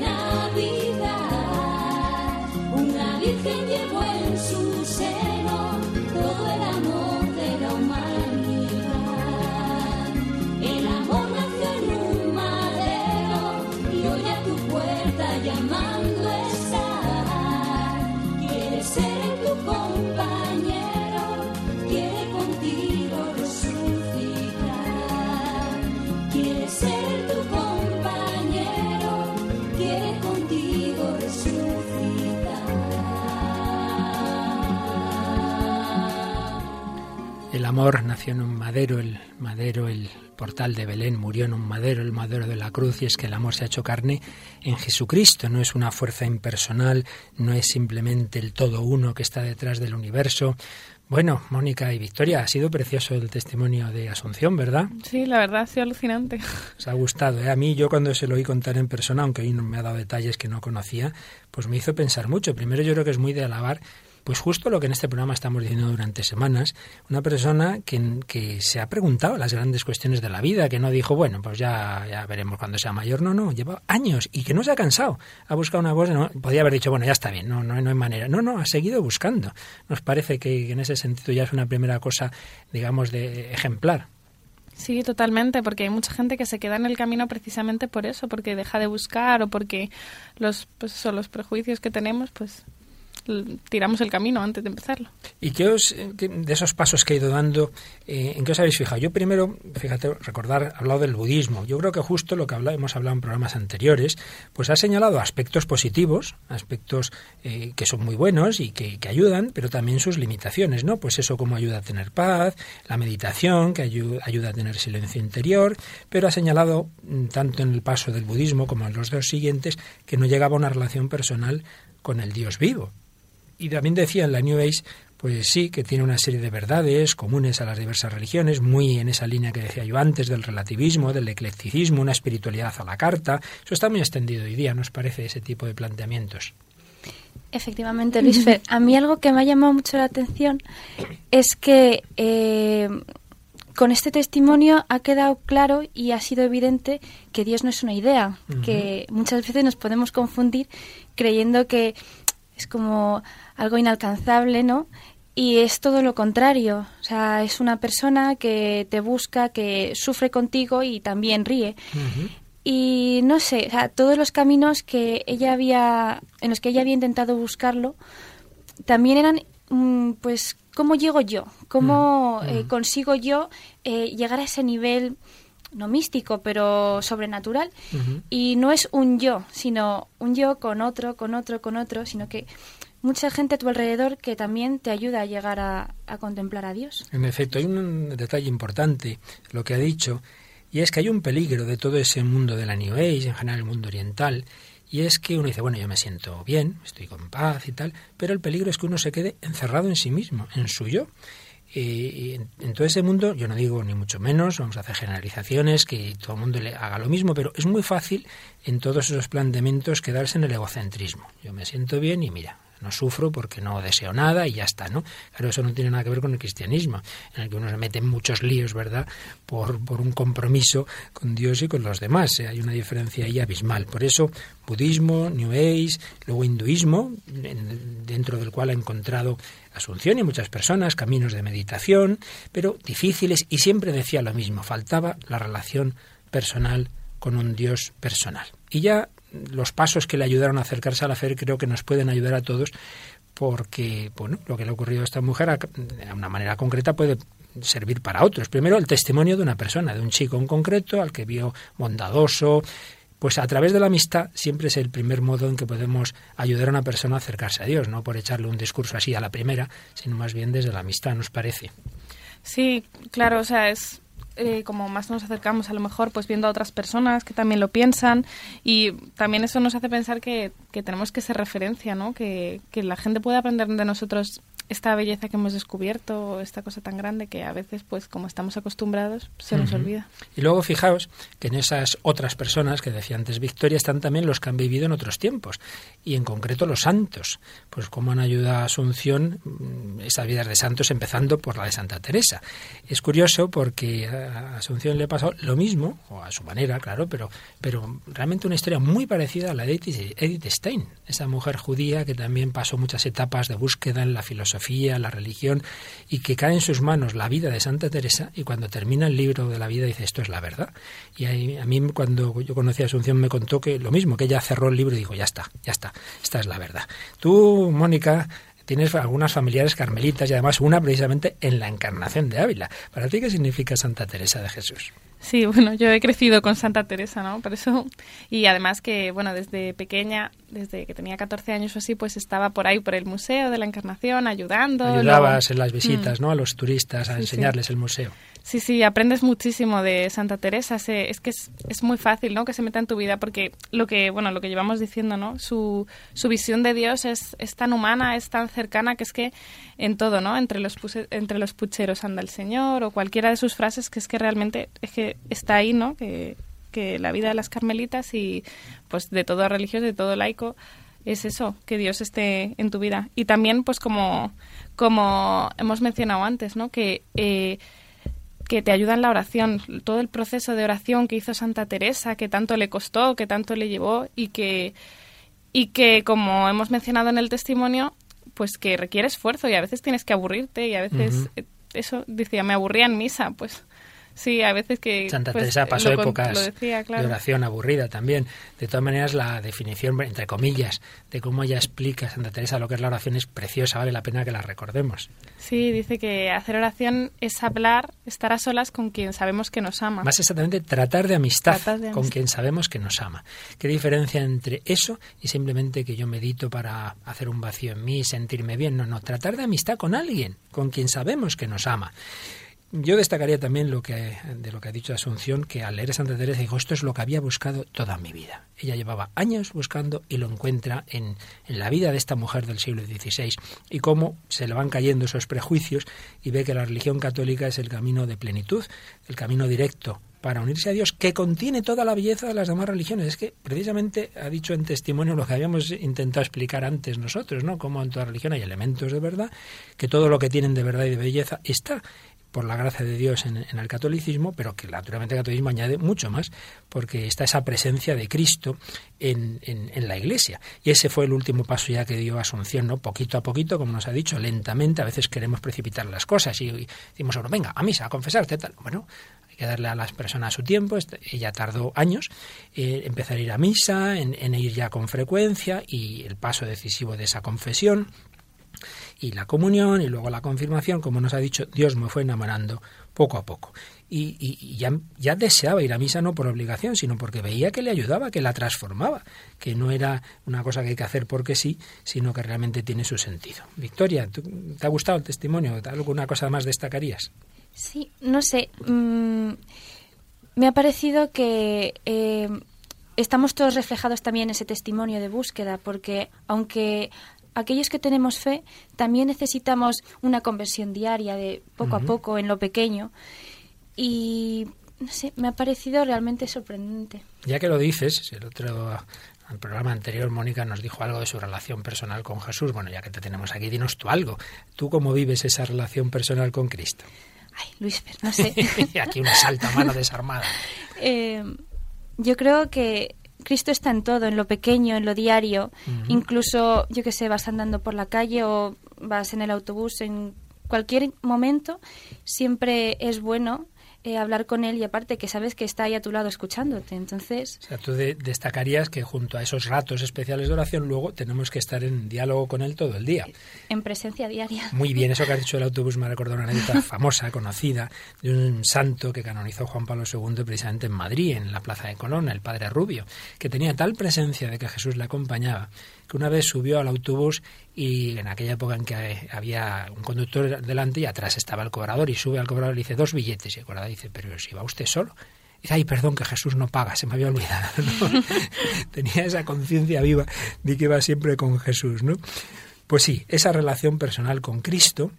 Navidad, una virgen llevó en su seno todo el amor de la humanidad. El amor nació en un madero, y hoy a tu puerta llamando está. Quiere ser tu compañero, quiere contigo resucitar. Quiere ser tu compañero, quiere contigo resucitar. El amor nació en un madero, el madero, el portal de Belén murió en un madero, el madero de la cruz, y es que el amor se ha hecho carne en Jesucristo. No es una fuerza impersonal, no es simplemente el todo uno que está detrás del universo. Bueno, Mónica y Victoria, ha sido precioso el testimonio de Asunción, ¿verdad? Sí, la verdad ha sido alucinante. Os ha gustado, ¿eh? A mí, yo cuando se lo oí contar en persona, aunque hoy no me ha dado detalles que no conocía, pues me hizo pensar mucho. Primero, yo creo que es muy de alabar, pues justo lo que en este programa estamos diciendo durante semanas, una persona que, que se ha preguntado las grandes cuestiones de la vida, que no dijo, bueno, pues ya, ya veremos cuando sea mayor. No, no, lleva años y que no se ha cansado. Ha buscado una cosa, no, podía haber dicho, bueno, ya está bien, no, no, no hay manera. No, no, ha seguido buscando. Nos parece que, que en ese sentido ya es una primera cosa, digamos, de ejemplar. Sí, totalmente, porque hay mucha gente que se queda en el camino precisamente por eso, porque deja de buscar o porque los, pues eso, los prejuicios que tenemos, pues tiramos el camino antes de empezarlo. ¿Y qué os, qué, de esos pasos que he ido dando, eh, en qué os habéis fijado? Yo primero, fíjate, recordar, he hablado del budismo. Yo creo que justo lo que habla, hemos hablado en programas anteriores, pues ha señalado aspectos positivos, aspectos eh, que son muy buenos y que, que ayudan, pero también sus limitaciones, ¿no? Pues eso, como ayuda a tener paz, la meditación, que ayuda, ayuda a tener silencio interior, pero ha señalado, tanto en el paso del budismo como en los dos siguientes, que no llegaba a una relación personal con el Dios vivo. Y también decía en la New Age, pues sí, que tiene una serie de verdades comunes a las diversas religiones, muy en esa línea que decía yo antes, del relativismo, del eclecticismo, una espiritualidad a la carta. Eso está muy extendido hoy día, ¿nos parece, ese tipo de planteamientos? Efectivamente, Luis Fer. A mí algo que me ha llamado mucho la atención es que eh, con este testimonio ha quedado claro y ha sido evidente que Dios no es una idea, uh-huh. que muchas veces nos podemos confundir creyendo que es como algo inalcanzable, ¿no? Y es todo lo contrario. O sea, es una persona que te busca, que sufre contigo y también ríe. Uh-huh. Y no sé, o sea, todos los caminos que ella había, en los que ella había intentado buscarlo, también eran, mm, pues, ¿cómo llego yo? ¿Cómo uh-huh. eh, consigo yo eh, llegar a ese nivel, no místico, pero sobrenatural? Uh-huh. Y no es un yo, sino un yo con otro, con otro, con otro, sino que mucha gente a tu alrededor que también te ayuda a llegar a, a contemplar a Dios. En efecto, hay un detalle importante, lo que ha dicho, y es que hay un peligro de todo ese mundo de la New Age, en general el mundo oriental, Y es que uno dice, bueno, yo me siento bien, estoy con paz y tal, pero el peligro es que uno se quede encerrado en sí mismo, en su yo. Y en, en todo ese mundo, yo no digo ni mucho menos, vamos a hacer generalizaciones, que todo el mundo le haga lo mismo, pero es muy fácil en todos esos planteamientos quedarse en el egocentrismo. Yo me siento bien y mira, no sufro porque no deseo nada y ya está, ¿no? Claro, eso no tiene nada que ver con el cristianismo, en el que uno se mete en muchos líos, ¿verdad?, por, por un compromiso con Dios y con los demás. ¿eh? Hay una diferencia ahí abismal. Por eso, budismo, New Age, luego hinduismo, en, dentro del cual ha encontrado Asunción y muchas personas, caminos de meditación, pero difíciles, y siempre decía lo mismo, faltaba la relación personal con un Dios personal. Y ya los pasos que le ayudaron a acercarse a la fe creo que nos pueden ayudar a todos, porque bueno, lo que le ha ocurrido a esta mujer de una manera concreta puede servir para otros. Primero, el testimonio de una persona, de un chico en concreto, al que vio bondadoso. Pues a través de la amistad siempre es el primer modo en que podemos ayudar a una persona a acercarse a Dios, no por echarle un discurso así a la primera, sino más bien desde la amistad, ¿nos parece? Sí, claro, o sea, es eh, como más nos acercamos a lo mejor pues viendo a otras personas que también lo piensan, y también eso nos hace pensar que, que tenemos que ser referencia, ¿no? Que, que la gente pueda aprender de nosotros esta belleza que hemos descubierto, esta cosa tan grande que a veces, pues como estamos acostumbrados, se nos uh-huh. olvida. Y luego fijaos que en esas otras personas que decía antes Victoria están también los que han vivido en otros tiempos, y en concreto los santos, pues cómo han ayudado a Asunción esas vidas de santos, empezando por la de Santa Teresa. Es curioso porque a Asunción le pasó lo mismo, o a su manera, claro, pero, pero realmente una historia muy parecida a la de Edith Stein, esa mujer judía que también pasó muchas etapas de búsqueda en la filosofía, la religión, y que cae en sus manos la vida de Santa Teresa, y cuando termina el libro de la vida dice, esto es la verdad. Y ahí, a mí cuando yo conocí a Asunción me contó que lo mismo, que ella cerró el libro y dijo, ya está, ya está, esta es la verdad. Tú, Mónica, tienes algunas familiares carmelitas, y además una precisamente en la Encarnación de Ávila. ¿Para ti qué significa Santa Teresa de Jesús? Sí, bueno, yo he crecido con Santa Teresa, ¿no? Por eso, y además que, bueno, desde pequeña, desde que tenía catorce años o así, pues estaba por ahí, por el Museo de la Encarnación, ayudando. Ayudabas luego, en las visitas, mm. ¿no?, a los turistas, a sí, enseñarles sí. el museo. Sí, sí, aprendes muchísimo de Santa Teresa. Se, es que es, es muy fácil, ¿no?, que se meta en tu vida, porque lo que, bueno, lo que llevamos diciendo, ¿no?, su, su visión de Dios es, es tan humana, es tan cercana, que es que en todo, ¿no?, entre los, puse, entre los pucheros anda el Señor, o cualquiera de sus frases, que es que realmente es que está ahí, ¿no?, que, que la vida de las carmelitas y pues de todo religioso, de todo laico, es eso, que Dios esté en tu vida. Y también, pues como, como hemos mencionado antes, ¿no?, que eh, que te ayuda en la oración, todo el proceso de oración que hizo Santa Teresa, que tanto le costó, que tanto le llevó, y que y que como hemos mencionado en el testimonio, pues que requiere esfuerzo, y a veces tienes que aburrirte, y a veces uh-huh. eso decía, me aburría en misa, pues sí, a veces que... Santa pues, Teresa pasó lo, épocas lo decía, claro. de oración aburrida también. De todas maneras, la definición, entre comillas, de cómo ella explica Santa Teresa lo que es la oración es preciosa, vale la pena que la recordemos. Sí, dice que hacer oración es hablar, estar a solas con quien sabemos que nos ama. Más exactamente, tratar de amistad, tratar de amistad con quien sabemos que nos ama. ¿Qué diferencia entre eso y simplemente que yo medito para hacer un vacío en mí, sentirme bien? No, no, tratar de amistad con alguien, con quien sabemos que nos ama. Yo destacaría también lo que de lo que ha dicho Asunción, que al leer Santa Teresa dijo, esto es lo que había buscado toda mi vida. Ella llevaba años buscando y lo encuentra en, en la vida de esta mujer del siglo dieciséis, y cómo se le van cayendo esos prejuicios y ve que la religión católica es el camino de plenitud, el camino directo para unirse a Dios, que contiene toda la belleza de las demás religiones. Es que precisamente ha dicho en testimonio lo que habíamos intentado explicar antes nosotros, ¿no? Cómo en toda religión hay elementos de verdad, que todo lo que tienen de verdad y de belleza está por la gracia de Dios en, en el catolicismo, pero que naturalmente el catolicismo añade mucho más, porque está esa presencia de Cristo en, en, en la Iglesia. Y ese fue el último paso ya que dio Asunción, ¿no? Poquito a poquito, como nos ha dicho, lentamente. A veces queremos precipitar las cosas y, y decimos, bueno, venga, a misa, a confesarte, tal. Bueno, hay que darle a las personas su tiempo. Ella tardó años en empezar a ir a misa, en, en ir ya con frecuencia, y el paso decisivo de esa confesión y la comunión y luego la confirmación, como nos ha dicho, Dios me fue enamorando poco a poco. Y, y, y ya, ya deseaba ir a misa no por obligación, sino porque veía que le ayudaba, que la transformaba, que no era una cosa que hay que hacer porque sí, sino que realmente tiene su sentido. Victoria, ¿te ha gustado el testimonio? ¿Alguna cosa más destacarías? Sí, no sé. Mmm, me ha parecido que... Eh, estamos todos reflejados también en ese testimonio de búsqueda, porque aunque aquellos que tenemos fe también necesitamos una conversión diaria de poco uh-huh. a poco en lo pequeño, y no sé, me ha parecido realmente sorprendente. Ya que lo dices, el otro... En el programa anterior, Mónica nos dijo algo de su relación personal con Jesús. Bueno, ya que te tenemos aquí, dinos tú algo. ¿Tú cómo vives esa relación personal con Cristo? Ay, Luis, no sé. Aquí una salta mano desarmada. eh, yo creo que Cristo está en todo, en lo pequeño, en lo diario. Uh-huh. Incluso, yo qué sé, vas andando por la calle o vas en el autobús, en cualquier momento, siempre es bueno Eh, hablar con él, y aparte que sabes que está ahí a tu lado escuchándote, entonces... O sea, tú de, destacarías que junto a esos ratos especiales de oración luego tenemos que estar en diálogo con él todo el día. En presencia diaria. Muy bien, eso que has dicho del autobús me ha recordado una anécdota famosa, conocida, de un santo que canonizó Juan Pablo segundo precisamente en Madrid, en la Plaza de Colón, el padre Rubio, que tenía tal presencia de que Jesús le acompañaba, que una vez subió al autobús y en aquella época en que había un conductor delante y atrás estaba el cobrador, y sube al cobrador y le dice dos billetes, y el cobrador dice, pero si va usted solo. Y dice, ay, perdón, que Jesús no paga, se me había olvidado, ¿no? Tenía esa conciencia viva de que iba siempre con Jesús, ¿no? Pues sí, esa relación personal con Cristo.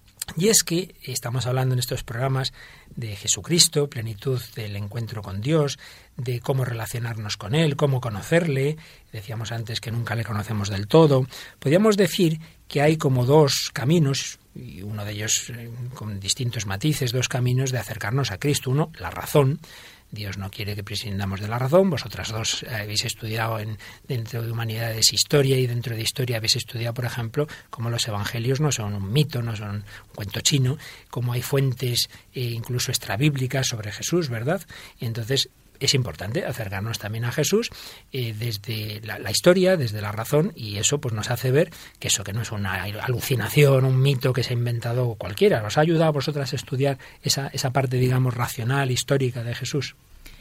Y es que estamos hablando en estos programas de Jesucristo, plenitud del encuentro con Dios, de cómo relacionarnos con Él, cómo conocerle. Decíamos antes que nunca le conocemos del todo. Podríamos decir que hay como dos caminos, y uno de ellos eh, con distintos matices, dos caminos de acercarnos a Cristo. Uno, la razón. Dios no quiere que prescindamos de la razón. Vosotras dos habéis estudiado en, dentro de Humanidades Historia, y dentro de Historia habéis estudiado, por ejemplo, cómo los evangelios no son un mito, no son un cuento chino, cómo hay fuentes eh, incluso extrabíblicas sobre Jesús, ¿verdad? Y entonces es importante acercarnos también a Jesús eh, desde la, la historia, desde la razón, y eso pues nos hace ver que eso que no es una alucinación, un mito que se ha inventado cualquiera. ¿Os ha ayudado a vosotras a estudiar esa, esa parte, digamos, racional, histórica de Jesús?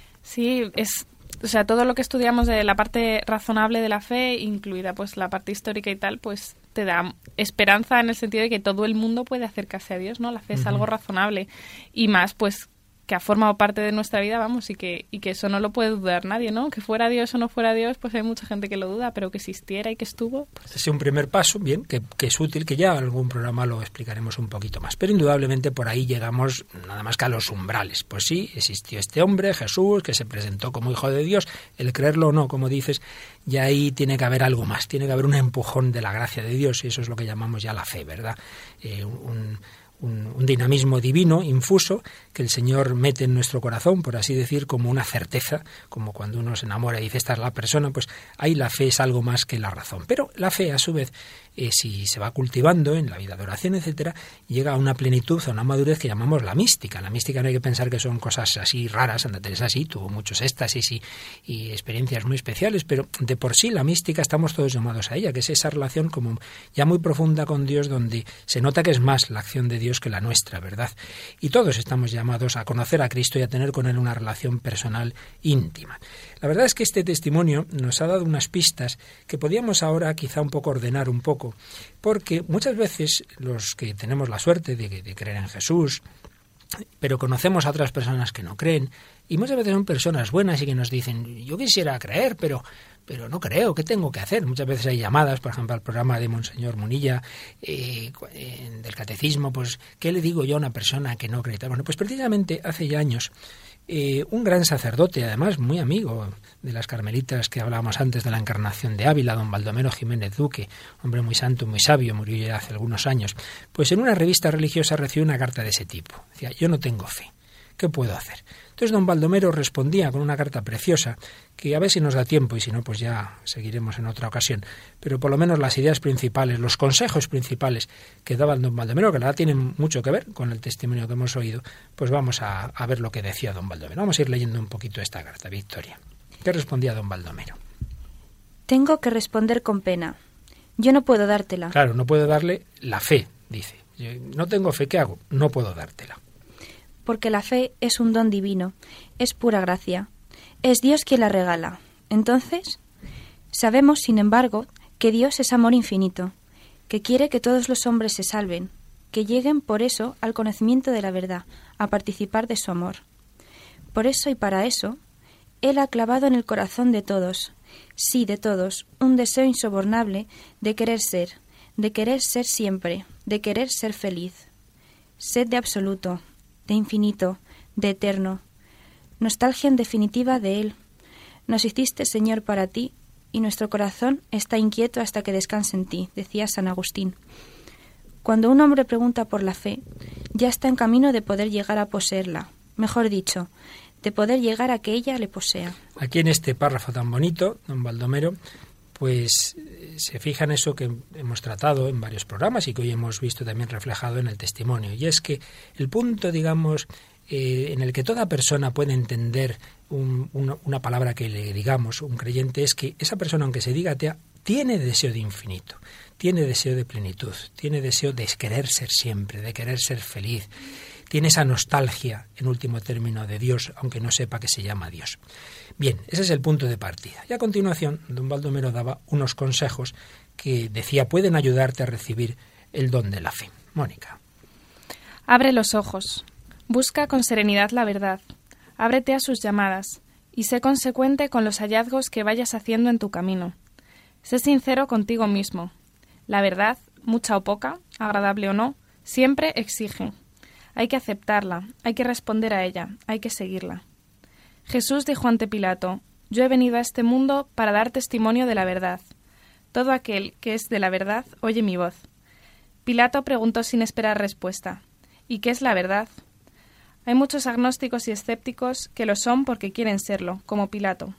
Sí, es, o sea, todo lo que estudiamos de la parte razonable de la fe, incluida pues la parte histórica y tal, pues te da esperanza en el sentido de que todo el mundo puede acercarse a Dios, ¿no? La fe uh-huh. es algo razonable, y más pues que ha formado parte de nuestra vida, vamos, y que y que eso no lo puede dudar nadie, ¿no? Que fuera Dios o no fuera Dios, pues hay mucha gente que lo duda, pero que existiera y que estuvo... Pues... Es un primer paso, bien, que, que es útil, que ya en algún programa lo explicaremos un poquito más, pero indudablemente por ahí llegamos nada más que a los umbrales. Pues sí, existió este hombre, Jesús, que se presentó como hijo de Dios, el creerlo o no, como dices, ya ahí tiene que haber algo más, tiene que haber un empujón de la gracia de Dios, y eso es lo que llamamos ya la fe, ¿verdad? Eh, un... Un, un dinamismo divino, infuso, que el Señor mete en nuestro corazón, por así decir, como una certeza, como cuando uno se enamora y dice, esta es la persona, pues ahí la fe es algo más que la razón. Pero la fe, a su vez, eh, si se va cultivando en la vida de oración, etcétera, llega a una plenitud, a una madurez que llamamos la mística. La mística no hay que pensar que son cosas así raras. Santa Teresa sí tuvo muchos éxtasis y, y experiencias muy especiales, pero de por sí la mística estamos todos llamados a ella, que es esa relación como ya muy profunda con Dios, donde se nota que es más la acción de Dios que la nuestra, ¿verdad? Y todos estamos llamados a conocer a Cristo y a tener con Él una relación personal íntima. La verdad es que este testimonio nos ha dado unas pistas que podíamos ahora quizá un poco ordenar un poco, porque muchas veces los que tenemos la suerte de, de creer en Jesús, pero conocemos a otras personas que no creen, y muchas veces son personas buenas y que nos dicen, yo quisiera creer, pero pero no creo, ¿qué tengo que hacer? Muchas veces hay llamadas, por ejemplo, al programa de Monseñor Munilla, eh, del Catecismo, pues, ¿qué le digo yo a una persona que no cree? Bueno, pues precisamente hace ya años, eh, un gran sacerdote, además muy amigo de las carmelitas que hablábamos antes de la Encarnación de Ávila, don Baldomero Jiménez Duque, hombre muy santo, muy sabio, murió ya hace algunos años, pues en una revista religiosa recibió una carta de ese tipo. Decía, yo no tengo fe, ¿qué puedo hacer? Entonces don Baldomero respondía con una carta preciosa, que a ver si nos da tiempo y si no, pues ya seguiremos en otra ocasión. Pero por lo menos las ideas principales, los consejos principales que daba don Baldomero, que la verdad tienen mucho que ver con el testimonio que hemos oído, pues vamos a, a ver lo que decía don Baldomero. Vamos a ir leyendo un poquito esta carta, Victoria. ¿Qué respondía don Baldomero? Tengo que responder con pena. Yo no puedo dártela. Claro, no puedo darle la fe, dice. Yo no tengo fe, ¿qué hago? No puedo dártela. Porque la fe es un don divino, es pura gracia. Es Dios quien la regala. Entonces, sabemos, sin embargo, que Dios es amor infinito, que quiere que todos los hombres se salven, que lleguen por eso al conocimiento de la verdad, a participar de su amor. Por eso y para eso, Él ha clavado en el corazón de todos, sí, de todos, un deseo insobornable de querer ser, de querer ser siempre, de querer ser feliz. Sed de absoluto, de infinito, de eterno. Nostalgia en definitiva de Él. Nos hiciste, Señor, para ti, y nuestro corazón está inquieto hasta que descanse en ti, decía San Agustín. Cuando un hombre pregunta por la fe, ya está en camino de poder llegar a poseerla, mejor dicho, de poder llegar a que ella le posea. Aquí en este párrafo tan bonito, don Baldomero, pues se fija en eso que hemos tratado en varios programas y que hoy hemos visto también reflejado en el testimonio, y es que el punto, digamos, eh, en el que toda persona puede entender un, una, una palabra que le digamos, un creyente, es que esa persona, aunque se diga atea, tiene deseo de infinito, tiene deseo de plenitud, tiene deseo de querer ser siempre, de querer ser feliz, tiene esa nostalgia, en último término, de Dios, aunque no sepa que se llama Dios. Bien, ese es el punto de partida. Y a continuación, don Baldomero daba unos consejos que decía pueden ayudarte a recibir el don de la fe. Mónica. Abre los ojos. Busca con serenidad la verdad. Ábrete a sus llamadas y sé consecuente con los hallazgos que vayas haciendo en tu camino. Sé sincero contigo mismo. La verdad, mucha o poca, agradable o no, siempre exige. Hay que aceptarla, hay que responder a ella, hay que seguirla. Jesús dijo ante Pilato: Yo he venido a este mundo para dar testimonio de la verdad. Todo aquel que es de la verdad oye mi voz. Pilato preguntó sin esperar respuesta: ¿Y qué es la verdad? Hay muchos agnósticos y escépticos que lo son porque quieren serlo, como Pilato.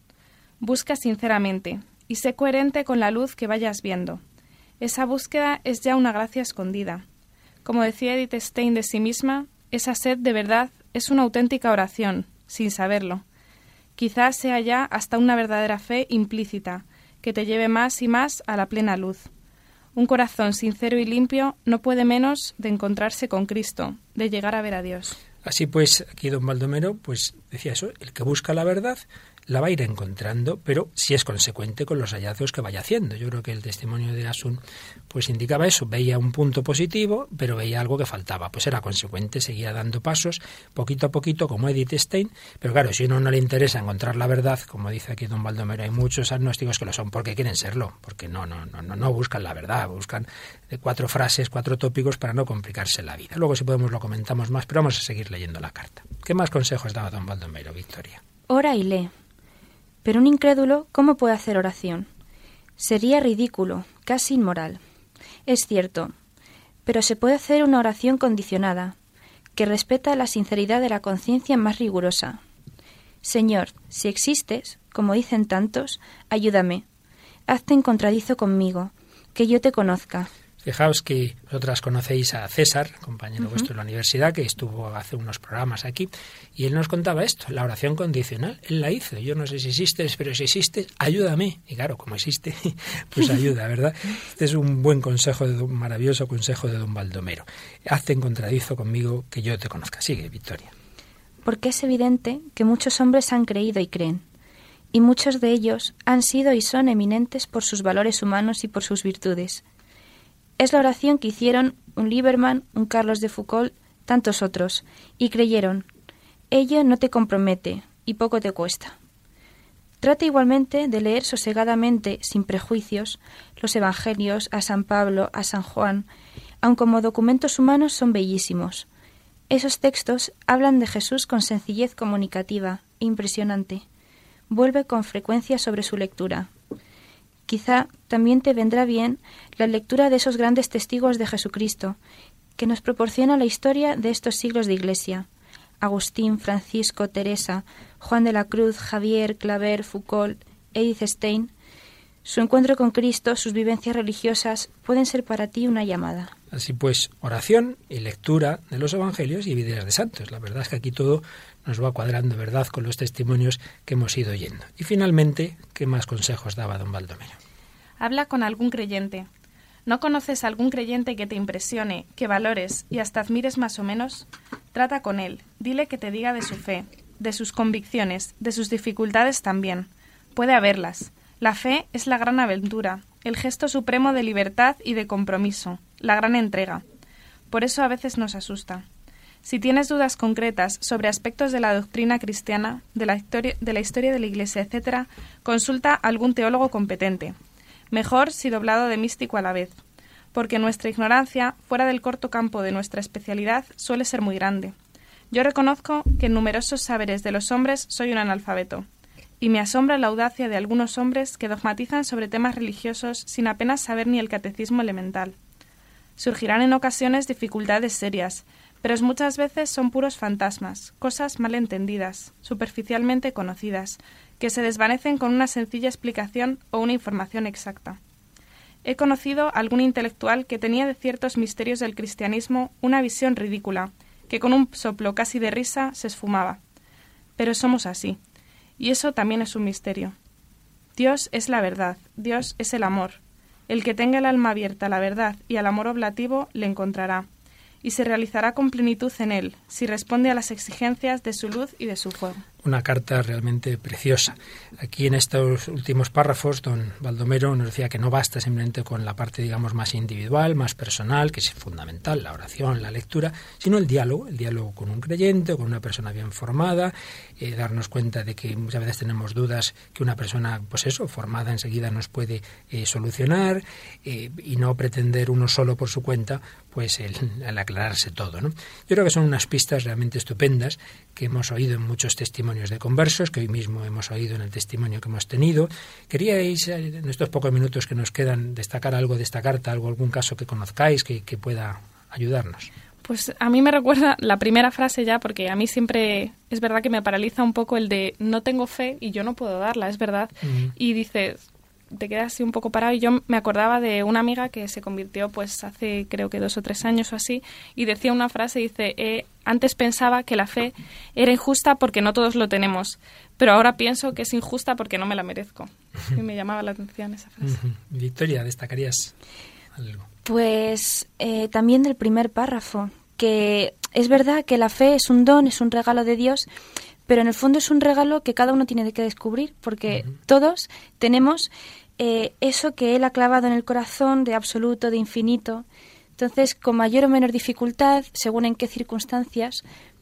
Busca sinceramente y sé coherente con la luz que vayas viendo. Esa búsqueda es ya una gracia escondida. Como decía Edith Stein de sí misma, esa sed de verdad es una auténtica oración, sin saberlo. Quizás sea ya hasta una verdadera fe implícita, que te lleve más y más a la plena luz. Un corazón sincero y limpio no puede menos de encontrarse con Cristo, de llegar a ver a Dios. Así pues, aquí don Baldomero pues decía eso, el que busca la verdad la va a ir encontrando, pero si es consecuente con los hallazgos que vaya haciendo. Yo creo que el testimonio de Asun pues indicaba eso, veía un punto positivo, pero veía algo que faltaba, pues era consecuente, seguía dando pasos, poquito a poquito, como Edith Stein, pero claro, si a uno no le interesa encontrar la verdad, como dice aquí don Baldomero, hay muchos agnósticos que lo son porque quieren serlo, porque no, no, no, no, no buscan la verdad, buscan cuatro frases, cuatro tópicos para no complicarse la vida. Luego si podemos lo comentamos más, pero vamos a seguir leyendo la carta. ¿Qué más consejos daba don Baldomero, Victoria? Ora y lee. Pero un incrédulo, ¿cómo puede hacer oración? Sería ridículo, casi inmoral. Es cierto, pero se puede hacer una oración condicionada, que respeta la sinceridad de la conciencia más rigurosa. Señor, si existes, como dicen tantos, ayúdame. Hazte encontradizo conmigo, que yo te conozca. Fijaos que vosotras conocéis a César, compañero uh-huh. vuestro de la universidad, que estuvo hace unos programas aquí, y él nos contaba esto, la oración condicional. Él la hizo. Yo no sé si existes, pero si existes, ayúdame. Y claro, como existe, pues ayuda, ¿verdad? Este es un buen consejo, de un maravilloso consejo de don Baldomero. Hazte encontradizo conmigo, que yo te conozca. Sigue, Victoria. Porque es evidente que muchos hombres han creído y creen, y muchos de ellos han sido y son eminentes por sus valores humanos y por sus virtudes. Es la oración que hicieron un Lieberman, un Carlos de Foucault, tantos otros, y creyeron. Ello no te compromete y poco te cuesta. Trata igualmente de leer sosegadamente, sin prejuicios, los Evangelios a San Pablo, a San Juan, aun como documentos humanos son bellísimos. Esos textos hablan de Jesús con sencillez comunicativa, impresionante. Vuelve con frecuencia sobre su lectura. Quizá también te vendrá bien la lectura de esos grandes testigos de Jesucristo, que nos proporciona la historia de estos siglos de Iglesia. Agustín, Francisco, Teresa, Juan de la Cruz, Javier, Claver, Foucault, Edith Stein. Su encuentro con Cristo, sus vivencias religiosas, pueden ser para ti una llamada. Así pues, oración y lectura de los Evangelios y vidas de santos. La verdad es que aquí todo nos va cuadrando, ¿verdad?, con los testimonios que hemos ido oyendo. Y finalmente, ¿qué más consejos daba don Baldomero? Habla con algún creyente. ¿No conoces a algún creyente que te impresione, que valores y hasta admires más o menos? Trata con él, dile que te diga de su fe, de sus convicciones, de sus dificultades también. Puede haberlas. La fe es la gran aventura, el gesto supremo de libertad y de compromiso, la gran entrega. Por eso a veces nos asusta. Si tienes dudas concretas sobre aspectos de la doctrina cristiana, de la historia de la, historia de la Iglesia, etcétera, consulta a algún teólogo competente. Mejor si doblado de místico a la vez, porque nuestra ignorancia, fuera del corto campo de nuestra especialidad, suele ser muy grande. Yo reconozco que en numerosos saberes de los hombres soy un analfabeto, y me asombra la audacia de algunos hombres que dogmatizan sobre temas religiosos sin apenas saber ni el catecismo elemental. Surgirán en ocasiones dificultades serias, pero muchas veces son puros fantasmas, cosas mal entendidas, superficialmente conocidas, que se desvanecen con una sencilla explicación o una información exacta. He conocido a algún intelectual que tenía de ciertos misterios del cristianismo una visión ridícula, que con un soplo casi de risa se esfumaba. Pero somos así, y eso también es un misterio. Dios es la verdad, Dios es el amor. El que tenga el alma abierta a la verdad y al amor oblativo le encontrará, y se realizará con plenitud en él, si responde a las exigencias de su luz y de su fuego. Una carta realmente preciosa. Aquí en estos últimos párrafos, don Baldomero nos decía que no basta simplemente con la parte, digamos, más individual, más personal, que es fundamental, la oración, la lectura, sino el diálogo, el diálogo con un creyente, con una persona bien formada, eh, darnos cuenta de que muchas veces tenemos dudas que una persona, pues eso, formada enseguida nos puede eh, solucionar, eh, y no pretender uno solo por su cuenta, pues el, el aclararse todo, ¿no? Yo creo que son unas pistas realmente estupendas que hemos oído en muchos testimonios de conversos, que hoy mismo hemos oído en el testimonio que hemos tenido. ¿Queríais, en estos pocos minutos que nos quedan, destacar algo de esta carta, algo, algún caso que conozcáis que, que pueda ayudarnos? Pues a mí me recuerda la primera frase ya, porque a mí siempre es verdad que me paraliza un poco el de no tengo fe y yo no puedo darla, es verdad. Mm. Y dices, te quedas así un poco parado, y yo me acordaba de una amiga que se convirtió pues hace creo que dos o tres años o así, y decía una frase, dice, eh, antes pensaba que la fe era injusta porque no todos lo tenemos, pero ahora pienso que es injusta porque no me la merezco. Y me llamaba la atención esa frase. Uh-huh. Victoria, ¿destacarías algo? Pues eh, también del primer párrafo, que es verdad que la fe es un don, es un regalo de Dios, pero en el fondo es un regalo que cada uno tiene que descubrir, porque uh-huh. todos tenemos eh, eso que Él ha clavado en el corazón de absoluto, de infinito. Entonces, con mayor o menor dificultad, según en qué circunstancias,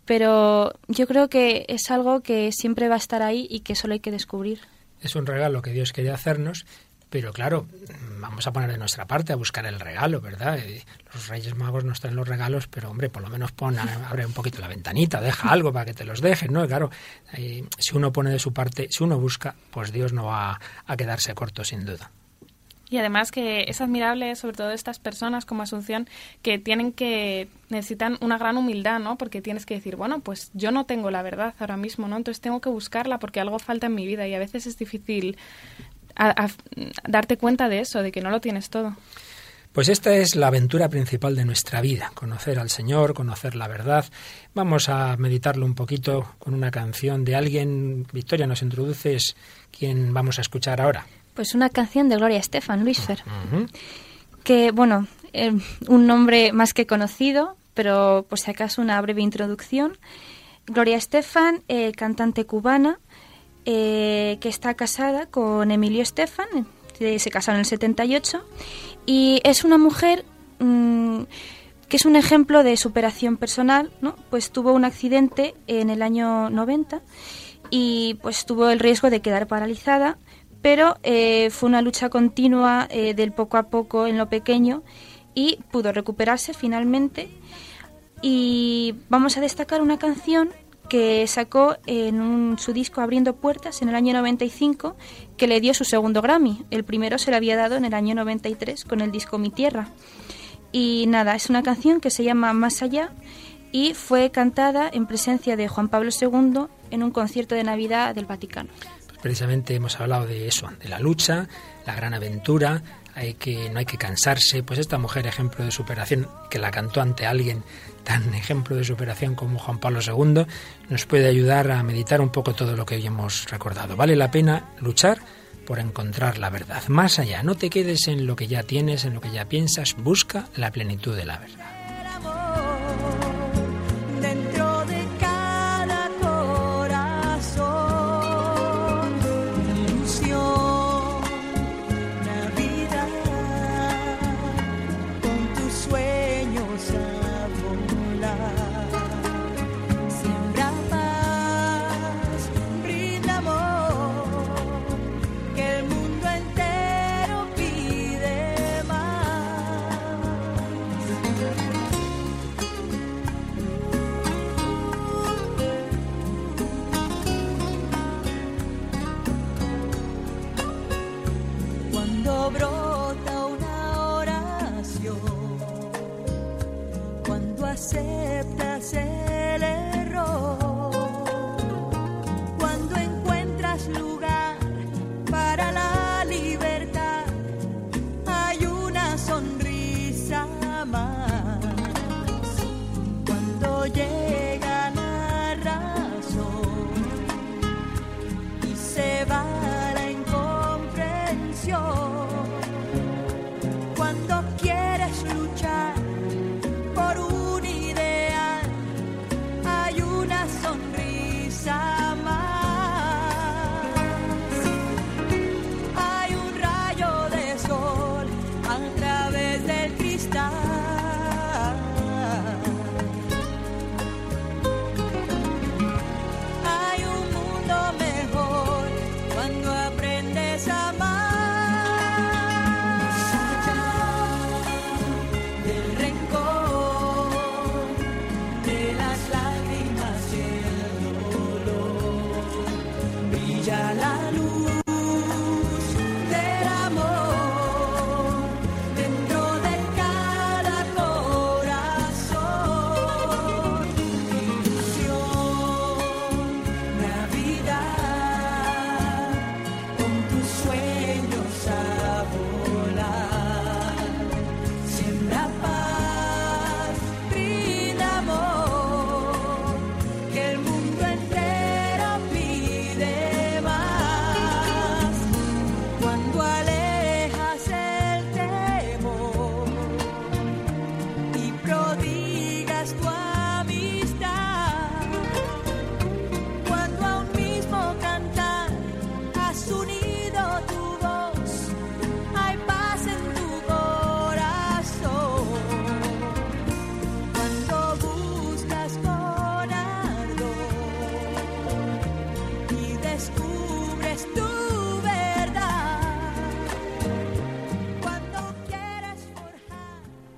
pero yo creo que es algo que siempre va a estar ahí y que solo hay que descubrir. Es un regalo que Dios quería hacernos, pero claro, vamos a poner de nuestra parte a buscar el regalo, ¿verdad? Los Reyes Magos nos traen los regalos, pero hombre, por lo menos pon, abre un poquito la ventanita, deja algo para que te los dejen, ¿no? Claro, eh, si uno pone de su parte, si uno busca, pues Dios no va a quedarse corto, sin duda. Y además que es admirable, sobre todo estas personas como Asunción, que tienen que necesitan una gran humildad, ¿no? Porque tienes que decir, bueno, pues yo no tengo la verdad ahora mismo, ¿no? Entonces tengo que buscarla porque algo falta en mi vida, y a veces es difícil a, a, darte cuenta de eso, de que no lo tienes todo. Pues esta es la aventura principal de nuestra vida, conocer al Señor, conocer la verdad. Vamos a meditarlo un poquito con una canción de alguien. Victoria, ¿nos introduces quién vamos a escuchar ahora? Pues una canción de Gloria Estefan, Luis Fer, uh-huh. que, bueno, eh, un nombre más que conocido, pero por si acaso una breve introducción. Gloria Estefan, eh, cantante cubana, eh, que está casada con Emilio Estefan, eh, se casaron en el setenta y ocho, y es una mujer mmm, que es un ejemplo de superación personal, ¿no? Pues tuvo un accidente en el año noventa y pues tuvo el riesgo de quedar paralizada, pero eh, fue una lucha continua eh, del poco a poco en lo pequeño y pudo recuperarse finalmente. Y vamos a destacar una canción que sacó en un, su disco Abriendo Puertas en el año noventa y cinco, que le dio su segundo Grammy. El primero se le había dado en el año noventa y tres con el disco Mi Tierra. Y nada, es una canción que se llama Más Allá y fue cantada en presencia de Juan Pablo segundo en un concierto de Navidad del Vaticano. Precisamente hemos hablado de eso, de la lucha, la gran aventura, hay que, no hay que cansarse. Pues esta mujer, ejemplo de superación, que la cantó ante alguien tan ejemplo de superación como Juan Pablo segundo, nos puede ayudar a meditar un poco todo lo que hoy hemos recordado. Vale la pena luchar por encontrar la verdad. Más allá, no te quedes en lo que ya tienes, en lo que ya piensas, busca la plenitud de la verdad. aceptas el error, cuando encuentras lugar para la libertad, hay una sonrisa más. Cuando llega la razón y se va la incomprensión, cuando quieres luchar por un ideal, hay una sonrisa más. Hay un rayo de sol a través del cristal. Hay un mundo mejor cuando aprendes a amar. Del rencor, de las lágrimas y el dolor, brilla la luz del amor dentro de cada corazón. Ilusión, Navidad, con tus sueños a volar. Siembra paz, brinda amor, que el mundo entero pide más. Cuando alejas el temor y prodigas tu amistad, cuando a un mismo cantar has unido tu voz, hay paz en tu corazón. Cuando buscas con ardor y descubres tu verdad, cuando quieres forjar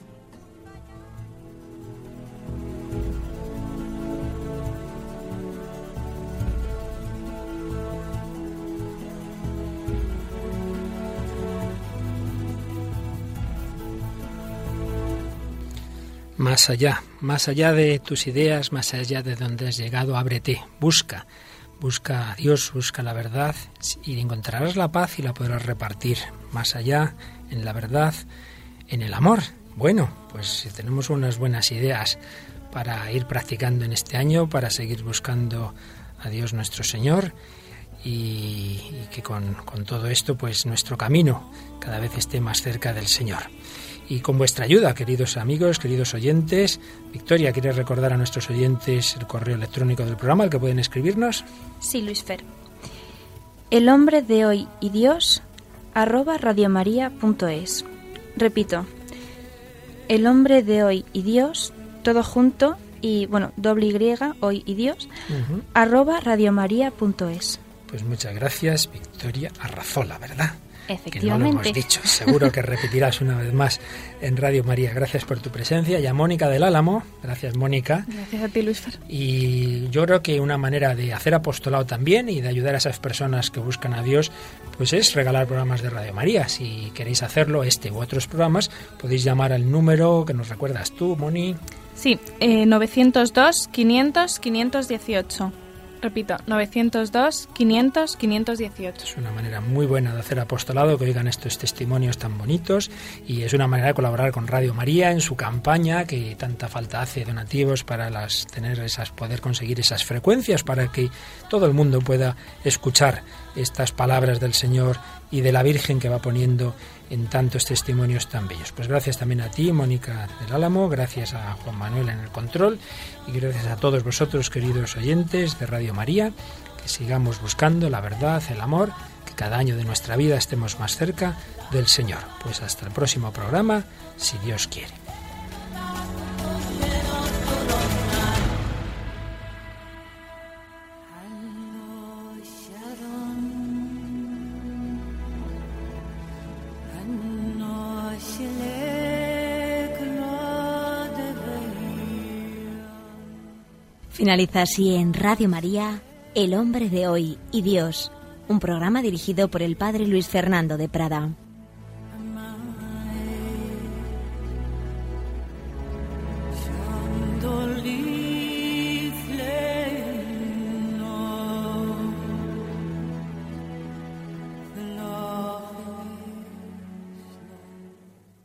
Más allá, más allá de tus ideas, más allá de donde has llegado, ábrete, busca, busca a Dios, busca la verdad y encontrarás la paz y la podrás repartir. Más allá, en la verdad, en el amor. Bueno, pues tenemos unas buenas ideas para ir practicando en este año, para seguir buscando a Dios nuestro Señor y, y que con, con todo esto, pues nuestro camino cada vez esté más cerca del Señor. Y con vuestra ayuda, queridos amigos, queridos oyentes. Victoria, ¿quieres recordar a nuestros oyentes el correo electrónico del programa al que pueden escribirnos? Sí, Luis Fer. El hombre de hoy y Dios, arroba radiomaria.es. Repito, el hombre de hoy y Dios, todo junto, y bueno, doble Y, hoy y Dios, uh-huh. arroba radiomaria.es. Pues muchas gracias, Victoria Arrazola, ¿verdad? Efectivamente. Que no lo hemos dicho. Seguro que repetirás una vez más en Radio María. Gracias por tu presencia. Y a Mónica del Álamo. Gracias, Mónica. Gracias a ti, Luis Fer. Y yo creo que una manera de hacer apostolado también y de ayudar a esas personas que buscan a Dios, pues es regalar programas de Radio María. Si queréis hacerlo, este u otros programas, podéis llamar al número que nos recuerdas tú, Moni. Sí, eh, novecientos dos, quinientos, quinientos dieciocho. Repito, novecientos dos, quinientos, quinientos dieciocho. Es una manera muy buena de hacer apostolado, que oigan estos testimonios tan bonitos, y es una manera de colaborar con Radio María en su campaña, que tanta falta hace donativos para las tener esas, poder conseguir esas frecuencias para que todo el mundo pueda escuchar estas palabras del Señor y de la Virgen que va poniendo en tantos testimonios tan bellos. Pues gracias también a ti, Mónica del Álamo, gracias a Juan Manuel en el control y gracias a todos vosotros, queridos oyentes de Radio María, que sigamos buscando la verdad, el amor, que cada año de nuestra vida estemos más cerca del Señor. Pues hasta el próximo programa, si Dios quiere. Finaliza así en Radio María, El hombre de hoy y Dios, un programa dirigido por el padre Luis Fernando de Prada.